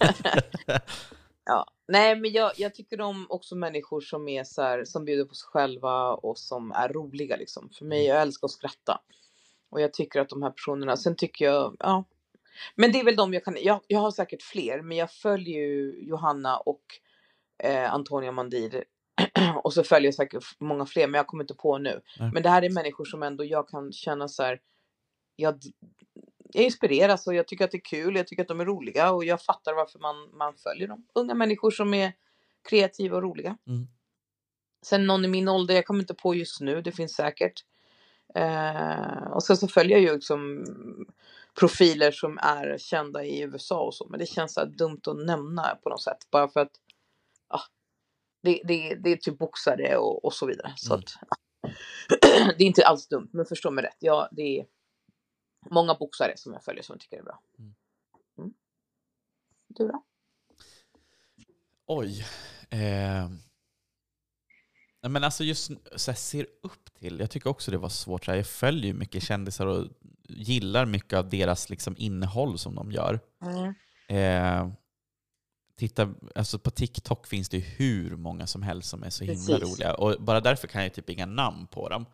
Ja. Nej, men jag tycker om också människor som är så här, som bjuder på sig själva och som är roliga liksom. För mig, jag älskar att skratta. Och jag tycker att de här personerna, sen tycker jag, men det är väl de jag har säkert fler, men jag följer ju Johanna och Antonia Mandir. Och så följer jag säkert många fler, men jag kommer inte på nu. Nej. Men det här är människor som ändå jag kan känna så här, jag inspireras och jag tycker att det är kul. Jag tycker att de är roliga och jag fattar varför man följer dem. Unga människor som är kreativa och roliga. Sen någon i min ålder, jag kommer inte på just nu, det finns säkert. Och sen så följer jag ju liksom profiler som är kända i USA och så. Men det känns så dumt att nämna på något sätt. Bara för att det är typ boxare och så vidare. Så att, det är inte alls dumt, men förstå mig rätt. Ja, det är många boxare som jag följer som jag tycker är bra. Du då? Oj. Men alltså just så här, ser upp till. Jag tycker också det var svårt. Så här, jag följer ju mycket kändisar och gillar mycket av deras liksom, innehåll som de gör. Alltså på TikTok finns det ju hur många som helst som är så himla roliga. Och bara därför kan jag typ inga namn på dem.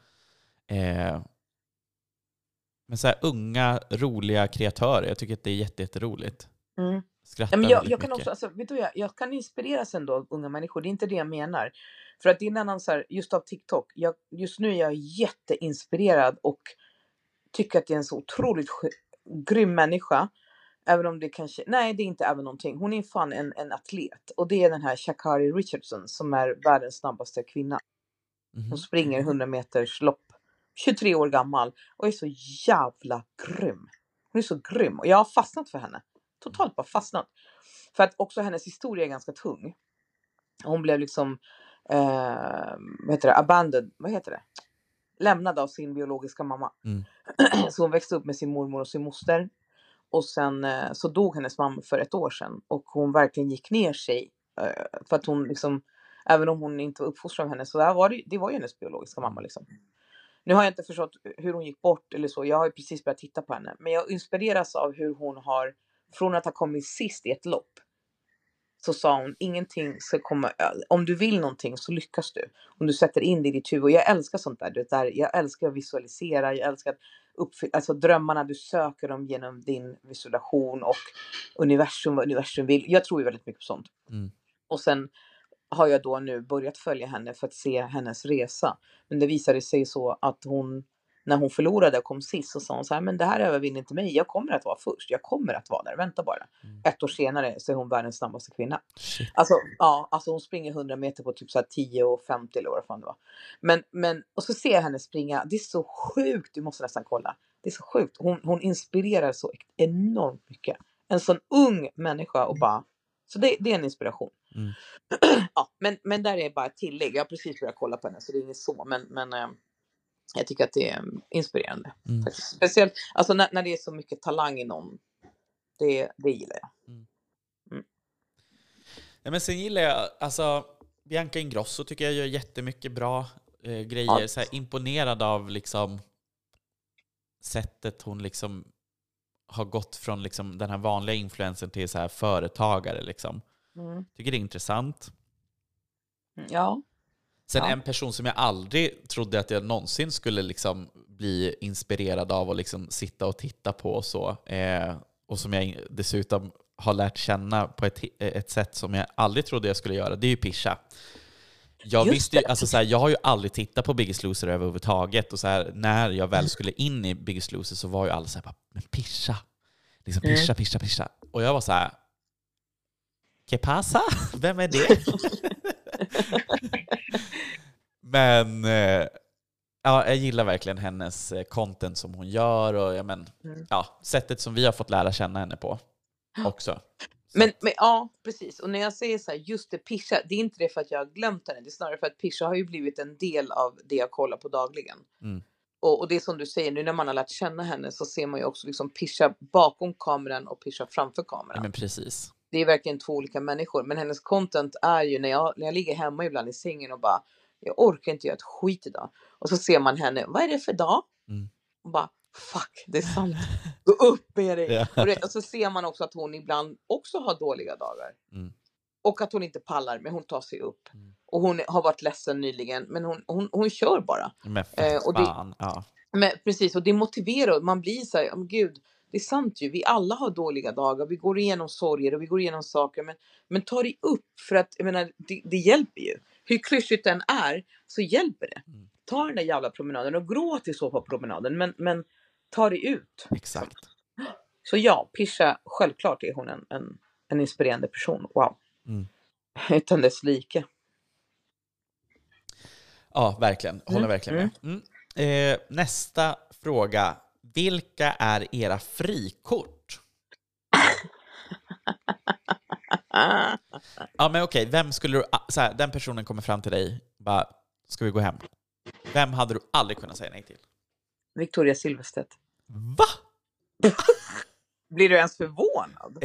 Men så här unga, roliga kreatörer. Jag tycker att det är jätteroligt. Skrattar men jag kan mycket. också, alltså, vet du, jag kan inspireras ändå av unga människor. Det är inte det jag menar. För att det är en annan så här, just av TikTok. Just nu är jag jätteinspirerad och tycker att det är en så otroligt grym människa. Även om det kanske, nej det är inte även någonting. Hon är fan en atlet. Och det är den här Sha'Carri Richardson som är världens snabbaste kvinna. Hon springer 100 meters lopp. 23 år gammal och är så jävla grym. Hon är så grym och jag har fastnat för henne. Totalt bara fastnat. För att också hennes historia är ganska tung. Hon blev liksom abandoned, vad heter det? Lämnad av sin biologiska mamma. Så hon växte upp med sin mormor och sin moster. Och sen så dog hennes mamma för 1 år sedan. Och hon verkligen gick ner sig. För att hon liksom, även om hon inte var uppfostrad av henne, så det var ju hennes biologiska mamma liksom. Nu har jag inte förstått hur hon gick bort eller så. Jag har ju precis börjat titta på henne. Men jag inspireras av hur hon har, från att ha kommit sist i ett lopp, så sa hon, ingenting ska komma, om du vill någonting så lyckas du. Om du sätter in det i ditt huvud. Och jag älskar sånt där. Jag älskar att visualisera. Jag älskar att alltså drömmarna, du söker dem genom din visualisation och universum, vad universum vill. Jag tror ju väldigt mycket på sånt. Och sen har jag då nu börjat följa henne för att se hennes resa. Men det visade sig så att hon när hon förlorade och kom sist, så sa hon så här, men det här övervinner inte mig. Jag kommer att vara först. Jag kommer att vara där. Vänta bara. 1 år senare så är hon världens snabbaste kvinna. Shit. Alltså hon springer 100 meter på typ så här 10:50 eller vad fan det var. Men och så ser jag henne springa. Det är så sjukt. Du måste nästan kolla. Det är så sjukt. Hon inspirerar så enormt mycket. En sån ung människa och bara, så det är en inspiration. Ja, men där är bara ett tillägg. Jag har precis börjat kolla på henne, så det är inget så. Men jag tycker att det är inspirerande. Speciellt alltså när det är så mycket talang i någon. Det gillar jag. Ja, men sen gillar jag, alltså Bianca Ingrosso tycker jag gör jättemycket bra grejer. Ja. Så här, imponerad av liksom sättet hon liksom har gått från liksom den här vanliga influensen till så här företagare liksom. Tycker det är intressant. Ja. Sen en person som jag aldrig trodde att jag någonsin skulle liksom bli inspirerad av och liksom sitta och titta på och så. Och som jag dessutom har lärt känna på ett sätt som jag aldrig trodde jag skulle göra. Det är ju Pisha. Jag visste ju, alltså så här, jag har ju aldrig tittat på Biggest Loser överhuvudtaget. Och så här, när jag väl skulle in i Biggest Loser så var ju alla så här, men Pisha. Liksom Pisha. Och jag var så här, ¿Qué pasa? Vem är det? Men ja, jag gillar verkligen hennes content som hon gör och ja, sättet som vi har fått lära känna henne på också. Men ja, precis. Och när jag säger så här, just det, Pisha, det är inte det för att jag har glömt henne. Det är snarare för att Pisha har ju blivit en del av det jag kollar på dagligen. Och det är som du säger, nu när man har lärt känna henne så ser man ju också liksom Pisha bakom kameran och Pisha framför kameran. Men precis. Det är verkligen 2 olika människor. Men hennes content är ju när jag ligger hemma ibland i sängen och bara, jag orkar inte göra ett skit idag. Och så ser man henne, vad är det för dag? Och bara, fuck, det är sant. Gå upp med dig. Yeah. Och så ser man också att hon ibland också har dåliga dagar. Och att hon inte pallar, men hon tar sig upp. Och hon har varit ledsen nyligen, men hon kör bara. Men precis, och det motiverar. Man blir så här, gud, det är sant ju. Vi alla har dåliga dagar. Vi går igenom sorger och vi går igenom saker. Men ta dig upp, för att jag menar, det hjälper ju. Hur klyschigt den är, så hjälper det. Ta den där jävla promenaden och gråt i så på promenaden. Men ta dig ut. Exakt. Så ja, Pisha, självklart är hon en inspirerande person. Wow. Utan dess like. Ja, verkligen. Håller verkligen med. Nästa fråga. Vilka är era frikort? Ja, men okej. Vem skulle du... Så här, den personen kommer fram till dig. Bara, ska vi gå hem? Vem hade du aldrig kunnat säga nej till? Victoria Silvstedt. Va? Blir du ens förvånad?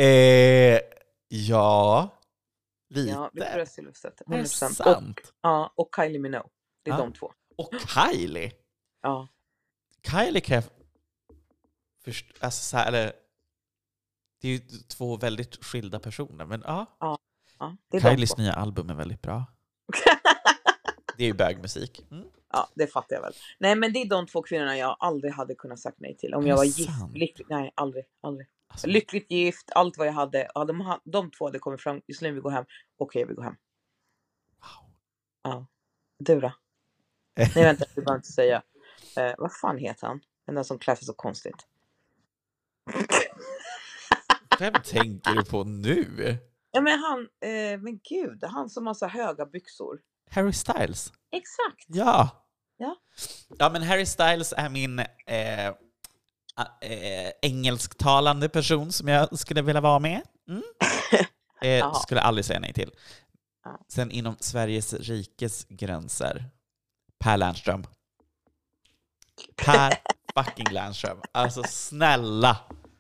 Ja. Lite. Ja, Victoria Silvstedt. 100%. Är det sant? Och Kylie Minogue. Det är de 2. Och Kylie? Ja. Kylie kan jag... Alltså, så här, eller... Det är ju 2 väldigt skilda personer. Men ja. Kylies nya album är väldigt bra. Det är ju bögmusik. Ja, det fattar jag väl. Nej, men det är de 2 kvinnorna jag aldrig hade kunnat sagt nej till. Om jag var gift, lyckligt. Nej, aldrig. Alltså. Lyckligt gift, allt vad jag hade. Ja, de 2 hade kommit fram. Just nu vi går hem. Okej, vi går hem. Wow. Ja. Du då? Nej, vänta, jag bara inte säga. Vad fan heter han? Den där som klär sig så konstigt. Vem tänker du på nu? Ja, men men gud, han som har så höga byxor. Harry Styles. Exakt. Ja, men Harry Styles är min engelsktalande person som jag skulle vilja vara med. Skulle aldrig säga nej till. Sen inom Sveriges rikes gränser, Per Lernström. Per fucking Lernström. Alltså snälla.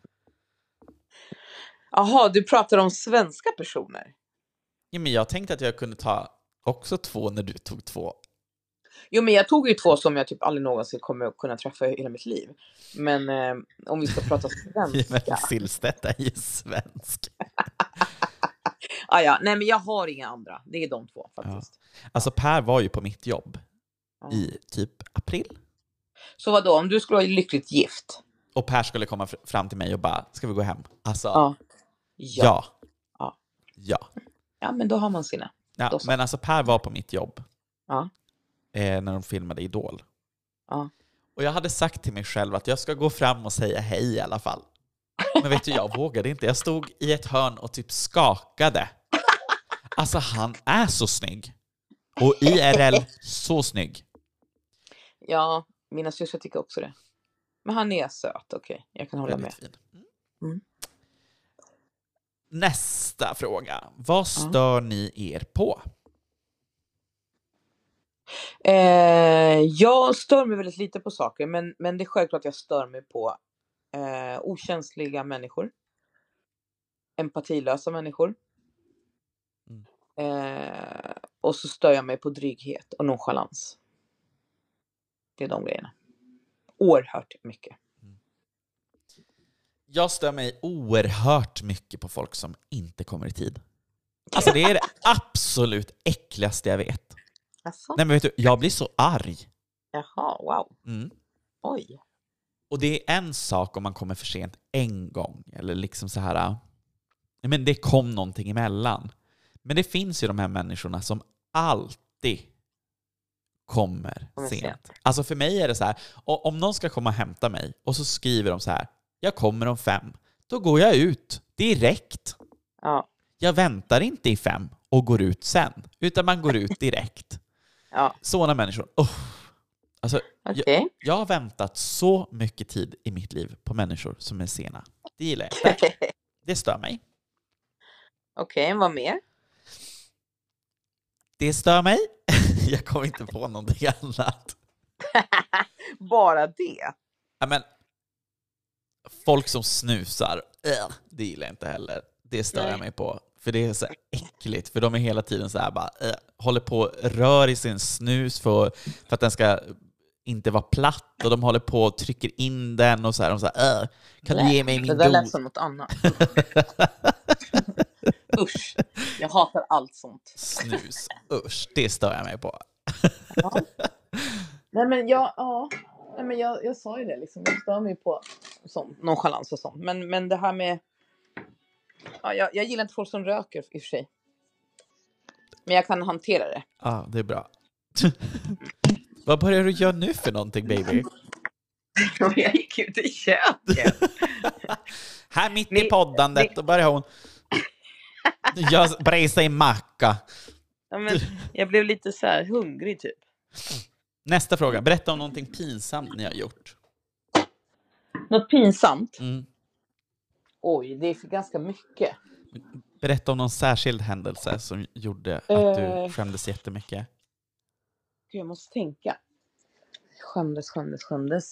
Jaha, du pratar om svenska personer. Ja, men jag tänkte att jag kunde ta också 2 när du tog 2. Jo, men jag tog ju 2 som jag typ aldrig någonsin kommer att kunna träffa i hela mitt liv. Men om vi ska prata svenska. Men Silvstedt är ju svensk. Ja, nej, men jag har inga andra. Det är de 2 faktiskt. Ja. Alltså Per var ju på mitt jobb i typ april. Så vadå, om du skulle vara lyckligt gift? Och Per skulle komma fram till mig och bara, ska vi gå hem? Alltså, ja. Ja, men då har man sina. Ja, men alltså Per var på mitt jobb. Ja. När de filmade Idol. Ja. Och jag hade sagt till mig själv att jag ska gå fram och säga hej i alla fall. Men vet du, jag vågade inte. Jag stod i ett hörn och typ skakade. Alltså han är så snygg. Och IRL så snygg. Ja, mina systrar tycker också det. Men han är söt, okej. Jag kan hålla med. Fin. Mm. Nästa fråga. Vad stör ni er på? Jag stör mig väldigt lite på saker. Men det är självklart att jag stör mig på okänsliga människor. Empatilösa människor. Och så stör jag mig på dryghet och nonchalans. Det är de grejerna. Oerhört mycket. Jag stör mig oerhört mycket på folk som inte kommer i tid. Alltså det är det absolut äckligaste jag vet. Alltså? Nej men vet du, jag blir så arg. Jaha, wow. Oj. Och det är en sak om man kommer för sent en gång. Eller liksom så här. Men det kom någonting emellan. Men det finns ju de här människorna som alltid kommer sent. Alltså för mig är det så här. Om någon ska komma och hämta mig och så skriver de så här. Jag kommer om 5. Då går jag ut direkt. Ja. Jag väntar inte i 5 och går ut sen. Utan man går ut direkt. Ja. Sådana människor. Alltså, okay. jag har väntat så mycket tid i mitt liv på människor som är sena. Det gillar jag. Det stör mig. Okej, vad mer? Det stör mig. Jag kommer inte på någonting annat. Bara det? Ja, men folk som snusar, det gillar jag inte heller. Det stör jag mig på. För det är så äckligt. För de är hela tiden så här bara, håller på och rör i sin snus för att den ska inte vara platt. Och de håller på och trycker in den och så här. De så här kan du ge mig min dos? Det där lät som något annat. Usch, jag hatar allt sånt. Snus, usch, det stör jag mig på. Ja. Nej men jag sa ju det liksom. Jag stör mig på sånt, nonchalans och sånt. Men det här med jag gillar inte folk som röker i och för sig. Men jag kan hantera det. Ja, det är bra. Vad börjar du göra nu för någonting, baby? Jag gick ut i köket. Här mitt i poddandet, då börjar hon brejsa i macka. Ja, men jag blev lite så här hungrig typ. Nästa fråga. Berätta om någonting pinsamt ni har gjort. Något pinsamt? Mm. Oj, det är för ganska mycket. Berätta om någon särskild händelse som gjorde att du skämdes jättemycket. Jag måste tänka. Skämdes.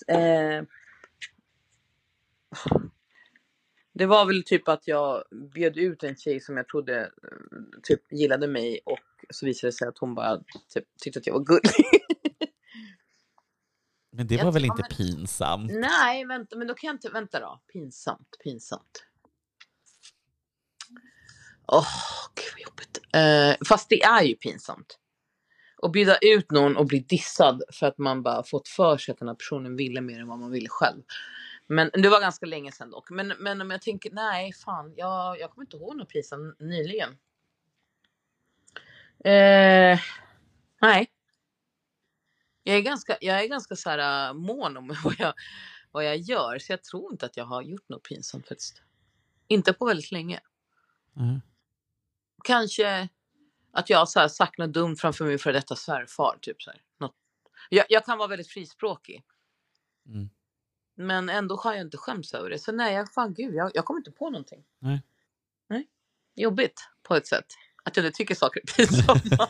Det var väl typ att jag bjöd ut en tjej som jag trodde typ gillade mig. Och så visade det sig att hon bara typ tyckte att jag var gullig. Men det var väl inte pinsamt? Nej, vänta, men då kan jag inte, vänta då. Pinsamt. Gud vad jobbigt. Fast det är ju pinsamt. Att bjuda ut någon och bli dissad för att man bara fått för sig att den här personen ville mer än vad man ville själv. Men det var ganska länge sedan dock. Men om jag tänker, nej fan, jag kommer inte ihåg något pinsamt nyligen. Nej. Jag är ganska så här mån om vad jag gör. Så jag tror inte att jag har gjort något pinsamt faktiskt. Inte på väldigt länge. Mm. Kanske att jag så här sagt något dumt framför mig för detta svärfar. Typ så här. Jag kan vara väldigt frispråkig. Mm. Men ändå har jag inte skämts över det. Så nej, jag kommer inte på någonting. Nej. Jobbigt på ett sätt. Att jag inte tycker saker är pinsamma.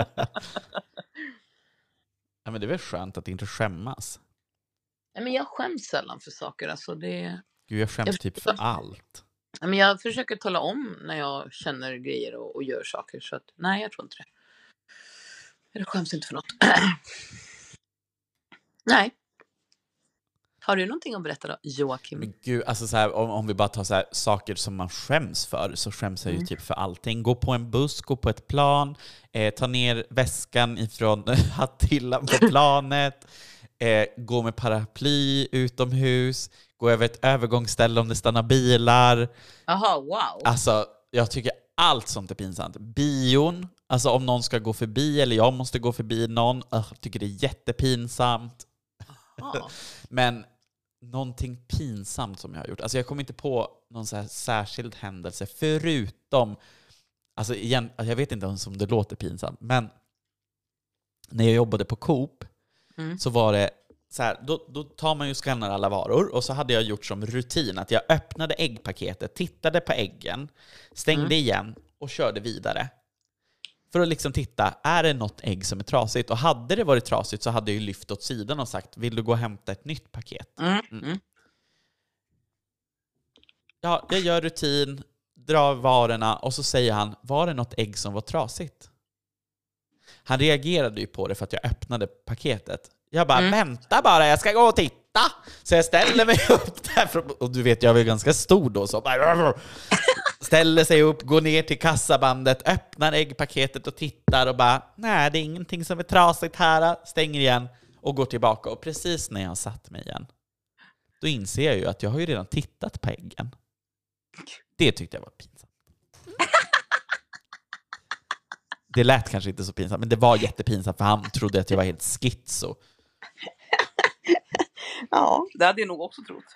Ja, men det är väl skönt att inte skämmas. Nej, men jag skäms sällan för saker. Alltså det... Gud, jag skäms typ för allt. Nej, men jag försöker tala om när jag känner grejer och gör saker. Så att, nej, jag tror inte det. Jag skäms inte för något. Nej. Har du någonting att berätta då, Joakim? Men gud, alltså så här, om vi bara tar så här, saker som man skäms för, så skäms jag ju typ för allting. Gå på en buss, gå på ett plan, ta ner väskan ifrån hattillan på planet, gå med paraply utomhus, gå över ett övergångsställe om det stannar bilar. Aha, wow. Alltså, jag tycker allt sånt är pinsamt. Bion, alltså om någon ska gå förbi eller jag måste gå förbi någon, jag tycker det är jättepinsamt. Ja. Men någonting pinsamt som jag har gjort. Alltså jag kommer inte på någon så här särskild händelse. Förutom, alltså igen, jag vet inte ens om det låter pinsamt. Men när jag jobbade på Coop så var det så här, då tar man ju och skannar alla varor. Och så hade jag gjort som rutin att jag öppnade äggpaketet, tittade på äggen, stängde igen och körde vidare. För att liksom titta, är det något ägg som är trasigt? Och hade det varit trasigt så hade jag ju lyft åt sidan och sagt, vill du gå och hämta ett nytt paket? Ja, jag gör rutin, drar varorna och så säger han, var det något ägg som var trasigt? Han reagerade ju på det för att jag öppnade paketet. Jag bara, vänta bara, jag ska gå och titta. Så jag ställer mig upp där. Och du vet, jag var ju ganska stor då. Så ställer sig upp, går ner till kassabandet, öppnar äggpaketet och tittar och bara, nej, det är ingenting som är trasigt här. Stänger igen och går tillbaka. Och precis när jag satt mig igen, då inser jag ju att jag har ju redan tittat på äggen. Det tyckte jag var pinsamt. Det lät kanske inte så pinsamt, men det var jättepinsamt för han trodde att jag var helt schizo. Ja, det hade jag nog också trott.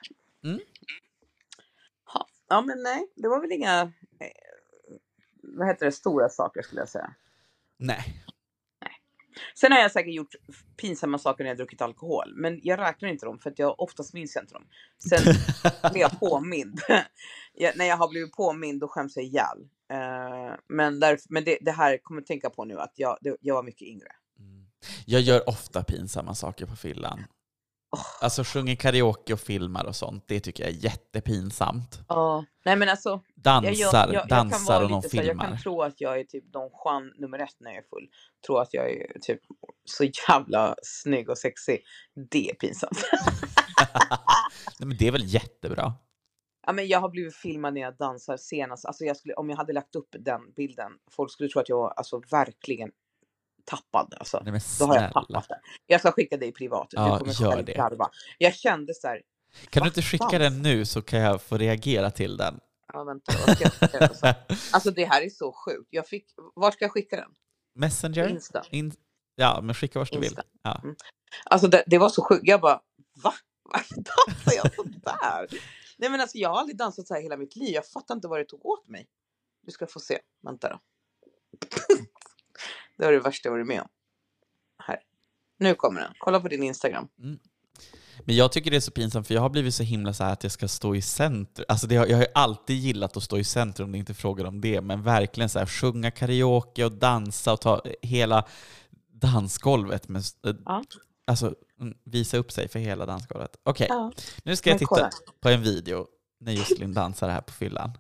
Ja, men nej, det var väl inga vad heter det, stora saker skulle jag säga. Nej. Sen har jag säkert gjort pinsamma saker när jag druckit alkohol, men jag räknar inte dem för att jag oftast minns inte dem. Sen blir jag påmind. När jag har blivit påmind, då skäms jag ihjäl. Men det här kommer jag tänka på nu, att jag var mycket yngre. Jag gör ofta pinsamma saker på fyllan. Alltså sjunger karaoke och filmar och sånt, det tycker jag är jättepinsamt. Nej men alltså dansar och någon filmar. Jag kan tro att jag är typ Don Juan nummer 1 när jag är full. Tror att jag är typ så jävla snygg och sexig. Det är pinsamt. Nej, men det är väl jättebra. Ja, men jag har blivit filmad när jag dansar senast. Alltså om jag hade lagt upp den bilden, folk skulle tro att jag var alltså verkligen tappad. Alltså. Nej, men då har jag tappat det. Jag ska skicka dig privat. Ja, du kommer gör det. Garva. Jag kände så här. Kan du inte skicka den nu så kan jag få reagera till den? Ja, vänta. Vad ska jag skicka den? Alltså det här är så sjukt. Vart ska jag skicka den? Messenger? Insta. Ja, men skicka vart du vill. Ja. Alltså det var så sjukt. Jag bara, va? Varför dansar jag så där? Nej men alltså jag har aldrig dansat så här hela mitt liv. Jag fattar inte vad det tog åt mig. Du ska få se. Vänta då. Det var det värsta jag varit med om. Här. Nu kommer den. Kolla på din Instagram. Men jag tycker det är så pinsamt för jag har blivit så himla så här att jag ska stå i centrum. Alltså jag har ju alltid gillat att stå i centrum, det är inte frågan om det. Men verkligen så här sjunga karaoke och dansa och ta hela dansgolvet. Alltså visa upp sig för hela dansgolvet. Okej, nu ska jag titta på en video när Josselin dansar här på fyllan.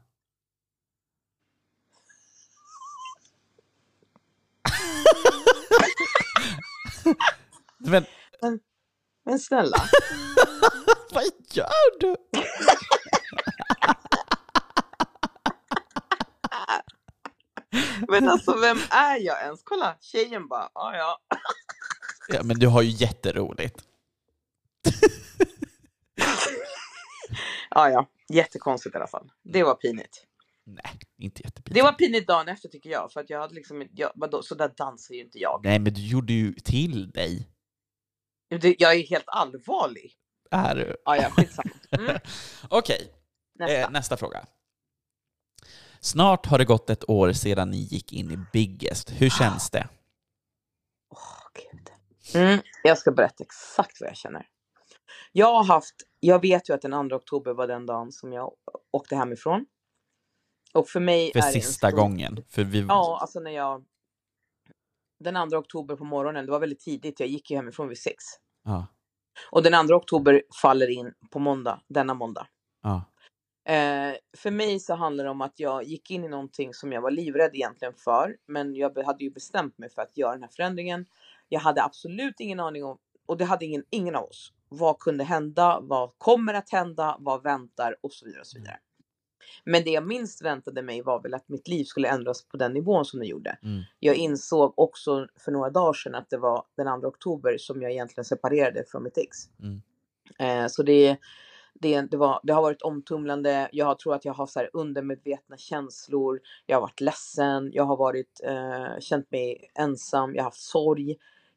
Men snälla. Vad gör du? Men alltså vem är jag ens? Kolla, tjejen bara, ja. Ja, men du har ju jätteroligt. Ja, jättekonstigt i alla fall. Det var pinigt. Nej, inte jättepinigt. Det var pinigt dagen efter tycker jag. För att jag hade liksom, så där dansar ju inte jag. Nej, men du gjorde ju till dig. Jag är helt allvarlig. Är du? Ja, skitsamma. Okej, nästa fråga. Snart har det gått ett år sedan ni gick in i Biggest. Hur känns det? Gud. Jag ska berätta exakt vad jag känner. Jag vet ju att den 2 oktober var den dagen som jag åkte hemifrån. Och för mig för är sista gången. Ja, alltså den 2 oktober på morgonen, det var väldigt tidigt. Jag gick ju hemifrån vid 6. Ja. Och den 2 oktober faller in på denna måndag. Ja. För mig så handlar det om att jag gick in i någonting som jag var livrädd egentligen för. Men jag hade ju bestämt mig för att göra den här förändringen. Jag hade absolut ingen aning om, och det hade ingen av oss. Vad kunde hända? Vad kommer att hända? Vad väntar? Och så vidare och så vidare. Men det jag minst väntade mig var väl att mitt liv skulle ändras på den nivån som det gjorde. Jag insåg också för några dagar sedan att det var den 2 oktober som jag egentligen separerade från mitt ex. Så det har varit omtumlande. Jag tror att jag har så här undermedvetna känslor. Jag har varit ledsen. Jag har känt mig ensam. Jag har haft sorg.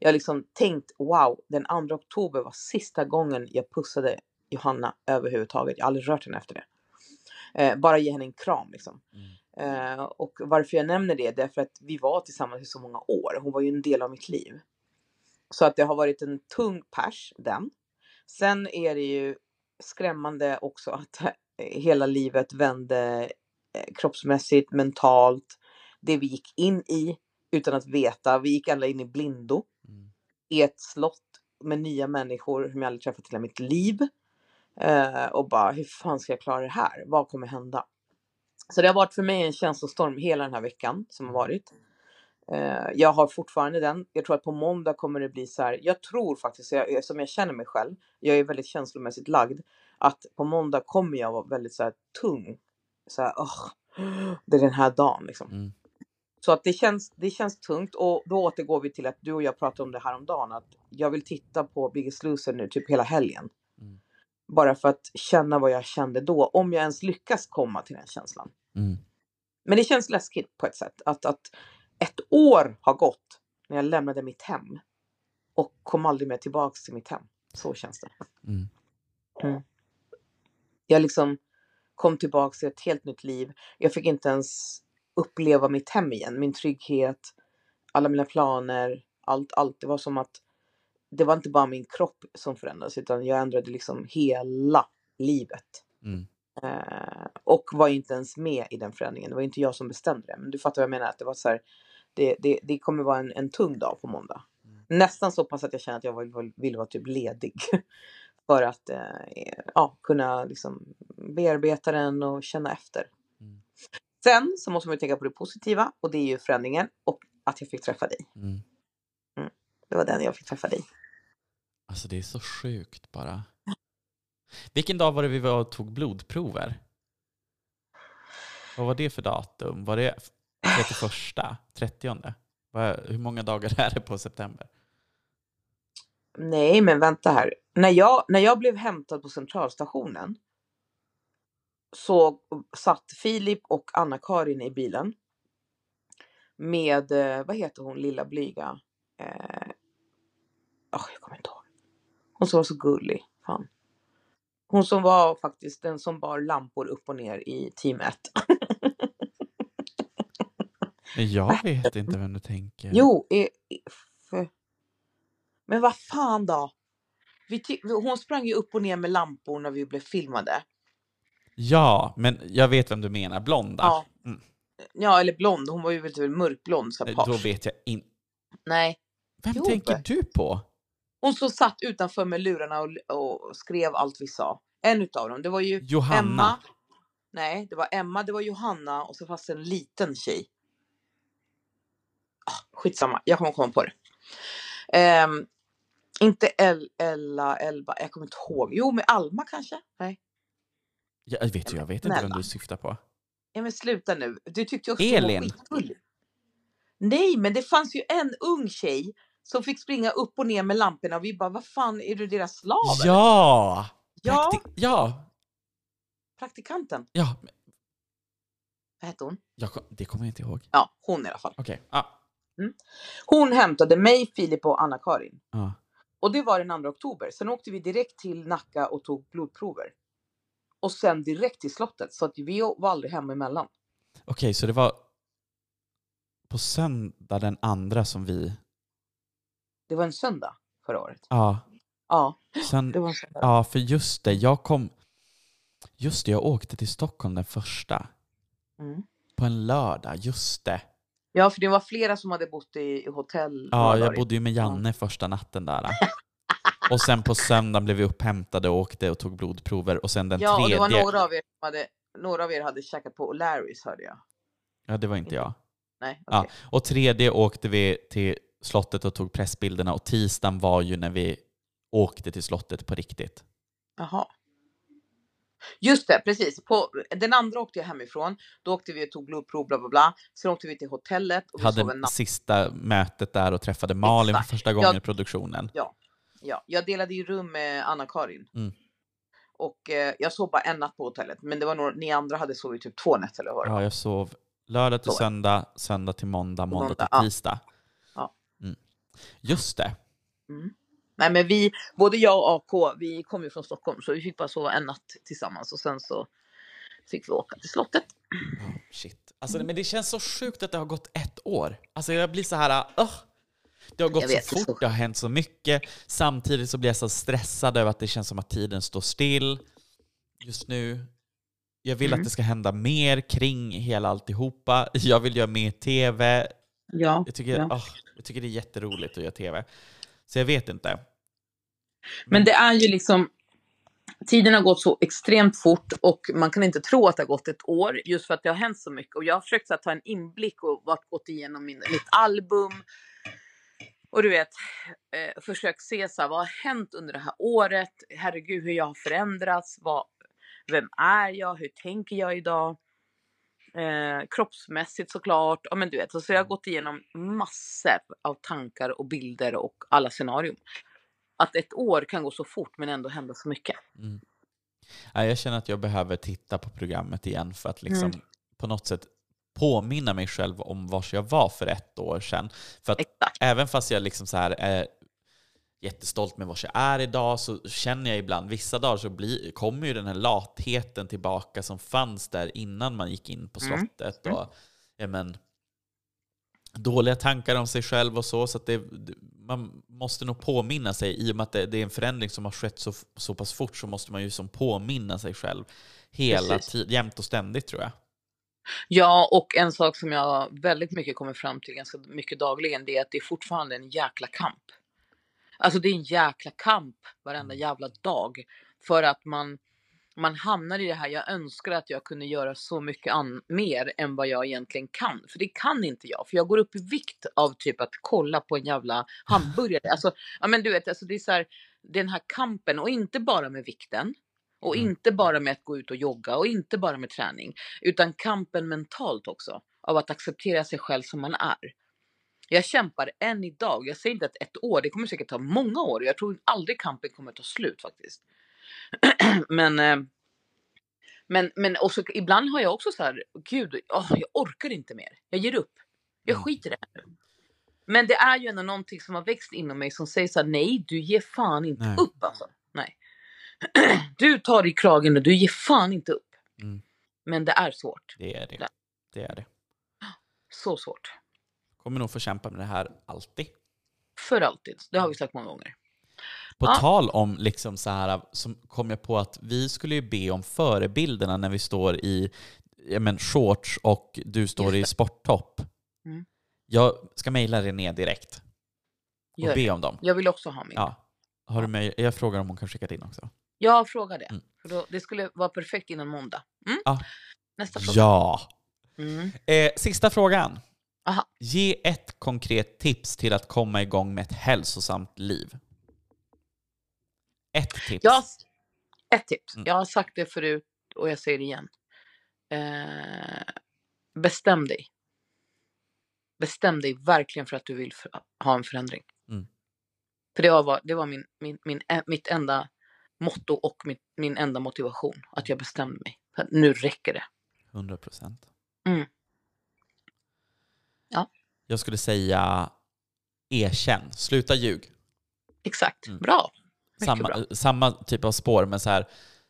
Jag har liksom tänkt, wow, den 2 oktober var sista gången jag pussade Johanna överhuvudtaget. Jag har aldrig rört henne efter det. Bara ge henne en kram liksom. Och varför jag nämner det är för att vi var tillsammans i så många år. Hon var ju en del av mitt liv. Så att det har varit en tung pers, den. Sen är det ju skrämmande också att hela livet vände kroppsmässigt, mentalt. Det vi gick in i utan att veta. Vi gick alla in i blindo. I ett slott med nya människor som jag aldrig träffat i hela mitt liv. Och bara, hur fan ska jag klara det här? Vad kommer hända? Så det har varit för mig en känslostorm hela den här veckan som har varit. Jag har fortfarande den. Jag tror att på måndag kommer det bli så här. Jag tror faktiskt, som jag känner mig själv. Jag är väldigt känslomässigt lagd. Att på måndag kommer jag vara väldigt så här tung. Så här, det är den här dagen liksom. Så att det känns tungt. Och då återgår vi till att du och jag pratade om det här om dagen. Att jag vill titta på Biggest Loser nu typ hela helgen. Bara för att känna vad jag kände då. Om jag ens lyckas komma till den känslan. Men det känns läskigt på ett sätt. Att ett år har gått när jag lämnade mitt hem. Och kom aldrig mer tillbaks till mitt hem. Så känns det. Jag liksom kom tillbaks till ett helt nytt liv. Jag fick inte ens uppleva mitt hem igen. Min trygghet. Alla mina planer. Allt. Det var som att det var inte bara min kropp som förändrades. Utan jag ändrade liksom hela livet. Och var inte ens med i den förändringen. Det var inte jag som bestämde det. Men du fattar vad jag menar. Att det var så här. Det kommer vara en tung dag på måndag. Nästan så pass att jag känner att jag vill vara typ ledig. För att kunna liksom bearbeta den och känna efter. Sen så måste man ju tänka på det positiva. Och det är ju förändringen. Och att jag fick träffa dig. Det var den jag fick träffa dig. Alltså det är så sjukt bara. Vilken dag var det vi var och tog blodprover? Vad var det för datum? Var det 31? 30? Hur många dagar är det på september? Nej, men vänta här. När jag blev hämtad på centralstationen så satt Filip och Anna-Karin i bilen med, vad heter hon, lilla blyga? Jag kommer inte ihåg. Hon som var så gullig. Fan. Hon som var faktiskt den som bar lampor upp och ner i team 1. Jag vet inte vem du tänker. Jo, men vad fan då? Hon sprang ju upp och ner med lampor när vi blev filmade. Ja, men jag vet vem du menar. Blonda. Ja, ja eller blond. Hon var ju väl mörkblond. Så då vet jag inte. Nej. Vem tänker du på? Hon så satt utanför med lurarna och skrev allt vi sa. En utav dem. Det var ju Johanna. Emma. Nej, det var Emma. Det var Johanna. Och så fanns en liten tjej. Skitsamma. Jag kommer komma på det. Inte Elba. Jag kommer inte ihåg. Jo, med Alma kanske? Nej. Jag vet inte vem du syftar på. Ja, men sluta nu. Du tyckte också Elin. Nej, men det fanns ju en ung tjej som fick springa upp och ner med lamporna. Och vi bara, vad fan, är du deras slav? Ja! Ja. Praktikanten. Ja. Vad hette hon? Det kommer jag inte ihåg. Ja, hon i alla fall. Okej. Hon hämtade mig, Filip och Anna-Karin. Ja. Och det var den 2 oktober. Sen åkte vi direkt till Nacka och tog blodprover. Och sen direkt till slottet. Så att vi var aldrig hemma emellan. Okej, så det var på söndag den 2 som vi... Det var en söndag förra året. Ja. Ja, det var en söndag. Ja, för just det. Jag åkte till Stockholm den 1. På en lördag, just det. Ja, för det var flera som hade bott i hotell. Ja, jag bodde ju med Janne första natten där. Och sen på söndagen blev vi upphämtade och åkte och tog blodprover. Och sen den 3:e... Ja, och det var några av er hade käkat på O'Larrys, hörde jag. Ja, det var inte jag. Nej, okay. Ja, och 3:e åkte vi till slottet och tog pressbilderna. Och tisdagen var ju när vi åkte till slottet på riktigt. Jaha. Just det, precis. På den 2:a åkte jag hemifrån. Då åkte vi och tog blodprov, bla bla bla. Sen åkte vi till hotellet. Och vi hade sista mötet där och träffade Malin för första gången i produktionen. Ja, jag delade ju rum med Anna-Karin. Och jag sov bara en natt på hotellet. Men det var ni andra hade sovit typ 2 nätter eller vad? Ja, jag sov lördag till söndag till måndag till tisdag. Ja. Just det. Nej, men både jag och AK, vi kom ju från Stockholm, så vi fick bara sova en natt tillsammans och sen så fick vi åka till slottet. Shit. Alltså, men det känns så sjukt att det har gått 1 år. Alltså jag blir så här, det har gått så fort, det har hänt så mycket. Samtidigt så blir jag så stressad över att det känns som att tiden står still just nu. Jag vill att det ska hända mer kring hela alltihopa. Jag vill göra mer tv. Ja, jag tycker det är jätteroligt att göra tv. Så jag vet inte. Men det är ju liksom, tiden har gått så extremt fort och man kan inte tro att det har gått 1 år just för att det har hänt så mycket. Och jag har försökt så att ta en inblick och gått igenom mitt album. Och du vet, försökt se så här, vad har hänt under det här året? Herregud, hur jag har förändrats. Vem är jag? Hur tänker jag idag? Kroppsmässigt såklart. Ja, men du vet, så jag har gått igenom massor av tankar och bilder och alla scenarion. Att 1 år kan gå så fort men ändå hända så mycket. Jag känner att jag behöver titta på programmet igen för att liksom på något sätt påminna mig själv om var jag var för 1 år sedan. För att även fast jag liksom så här är jättestolt med var jag är idag, så känner jag ibland vissa dagar så kommer ju den här latheten tillbaka som fanns där innan man gick in på slottet. Och dåliga tankar om sig själv och så att man måste nog påminna sig, i och med att det är en förändring som har skett så pass fort, så måste man ju som påminna sig själv hela tiden, jämt och ständigt, tror jag. Ja, och en sak som jag väldigt mycket kommer fram till ganska mycket dagligen, det är att det är fortfarande en jäkla kamp. Alltså det är en jäkla kamp varenda jävla dag, för att man hamnar i det här. Jag önskar att jag kunde göra så mycket mer än vad jag egentligen kan. För det kan inte jag. För jag går upp i vikt av typ att kolla på en jävla hamburgare. Alltså, ja men du vet, alltså det är så här, den här kampen. Och inte bara med vikten. Och inte bara med att gå ut och jogga. Och inte bara med träning. Utan kampen mentalt också. Av att acceptera sig själv som man är. Jag kämpar än idag. Jag säger inte att 1 år. Det kommer säkert ta många år. Jag tror aldrig kampen kommer ta slut faktiskt. Men också, ibland har jag också så här, gud, jag orkar inte mer. Jag ger upp. Jag skiter i det här nu. Men det är ju ändå någonting som har växt inom mig som säger så här, nej, du ger fan inte upp alltså. Nej. Du tar i kragen och du ger fan inte upp. Men det är svårt. Det är det. Så svårt. Kommer nog få kämpa med det här alltid. För alltid. Det har vi sagt många gånger. På tal om liksom så här, så kom jag på att vi skulle ju be om förebilderna när vi står i shorts och du står i sporttopp. Jag ska mejla René direkt och be om dem. Jag vill också ha min. Ja. Har du jag frågar om hon kan skicka in också. Jag frågar det. För det skulle vara perfekt innan måndag. Nästa fråga. Ja. Sista frågan. Aha. Ge ett konkret tips till att komma igång med ett hälsosamt liv. Ett tips. Ett tips. Jag har sagt det förut och jag säger det igen. Bestäm dig. Bestäm dig verkligen för att du vill ha en förändring. För det var mitt enda motto och min enda motivation. Att jag bestämde mig. För nu räcker det. 100%. Ja. Jag skulle säga erkänn. Sluta ljug. Exakt. Bra. Samma typ av spår, men så här,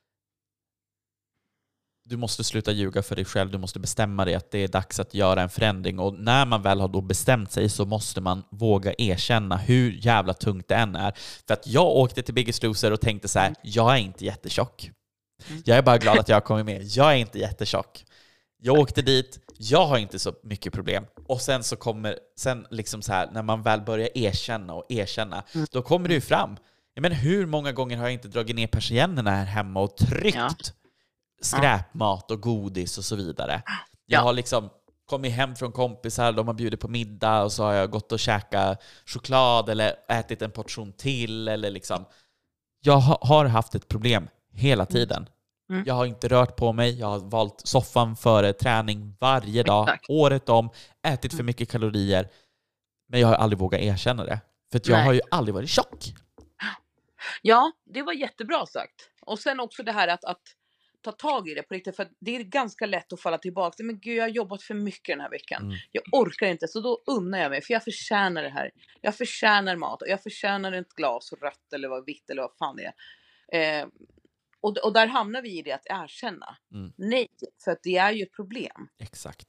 du måste sluta ljuga för dig själv. Du måste bestämma dig att det är dags att göra en förändring. Och när man väl har då bestämt sig så måste man våga erkänna hur jävla tungt det än är. För att jag åkte till Biggest Loser och tänkte så här, jag är inte jättetjock. Jag är bara glad att jag har kommit med. Jag är inte jättetjock. Jag åkte dit, jag har inte så mycket problem. Och sen så kommer, liksom så här, när man väl börjar erkänna, då kommer det ju fram. Jag menar, hur många gånger har jag inte dragit ner persiennerna här hemma och tryckt skräpmat och godis och så vidare. Jag har liksom kommit hem från kompisar, de har bjudit på middag och så har jag gått och käkat choklad eller ätit en portion till. Eller liksom. Jag har haft ett problem hela tiden. Jag har inte rört på mig, jag har valt soffan före träning varje dag, året om, ätit för mycket kalorier. Men jag har aldrig vågat erkänna det. För att jag har ju aldrig varit tjock. Ja, det var jättebra sagt. Och sen också det här att ta tag i det på riktigt. För det är ganska lätt att falla tillbaka. Men gud, jag har jobbat för mycket den här veckan. Mm. Jag orkar inte, så då unnar jag mig. För jag förtjänar det här. Jag förtjänar mat. Och jag förtjänar ett glas rött eller vad vitt eller vad fan det är. Och där hamnar vi i det att erkänna. Nej, för att det är ju ett problem. Exakt.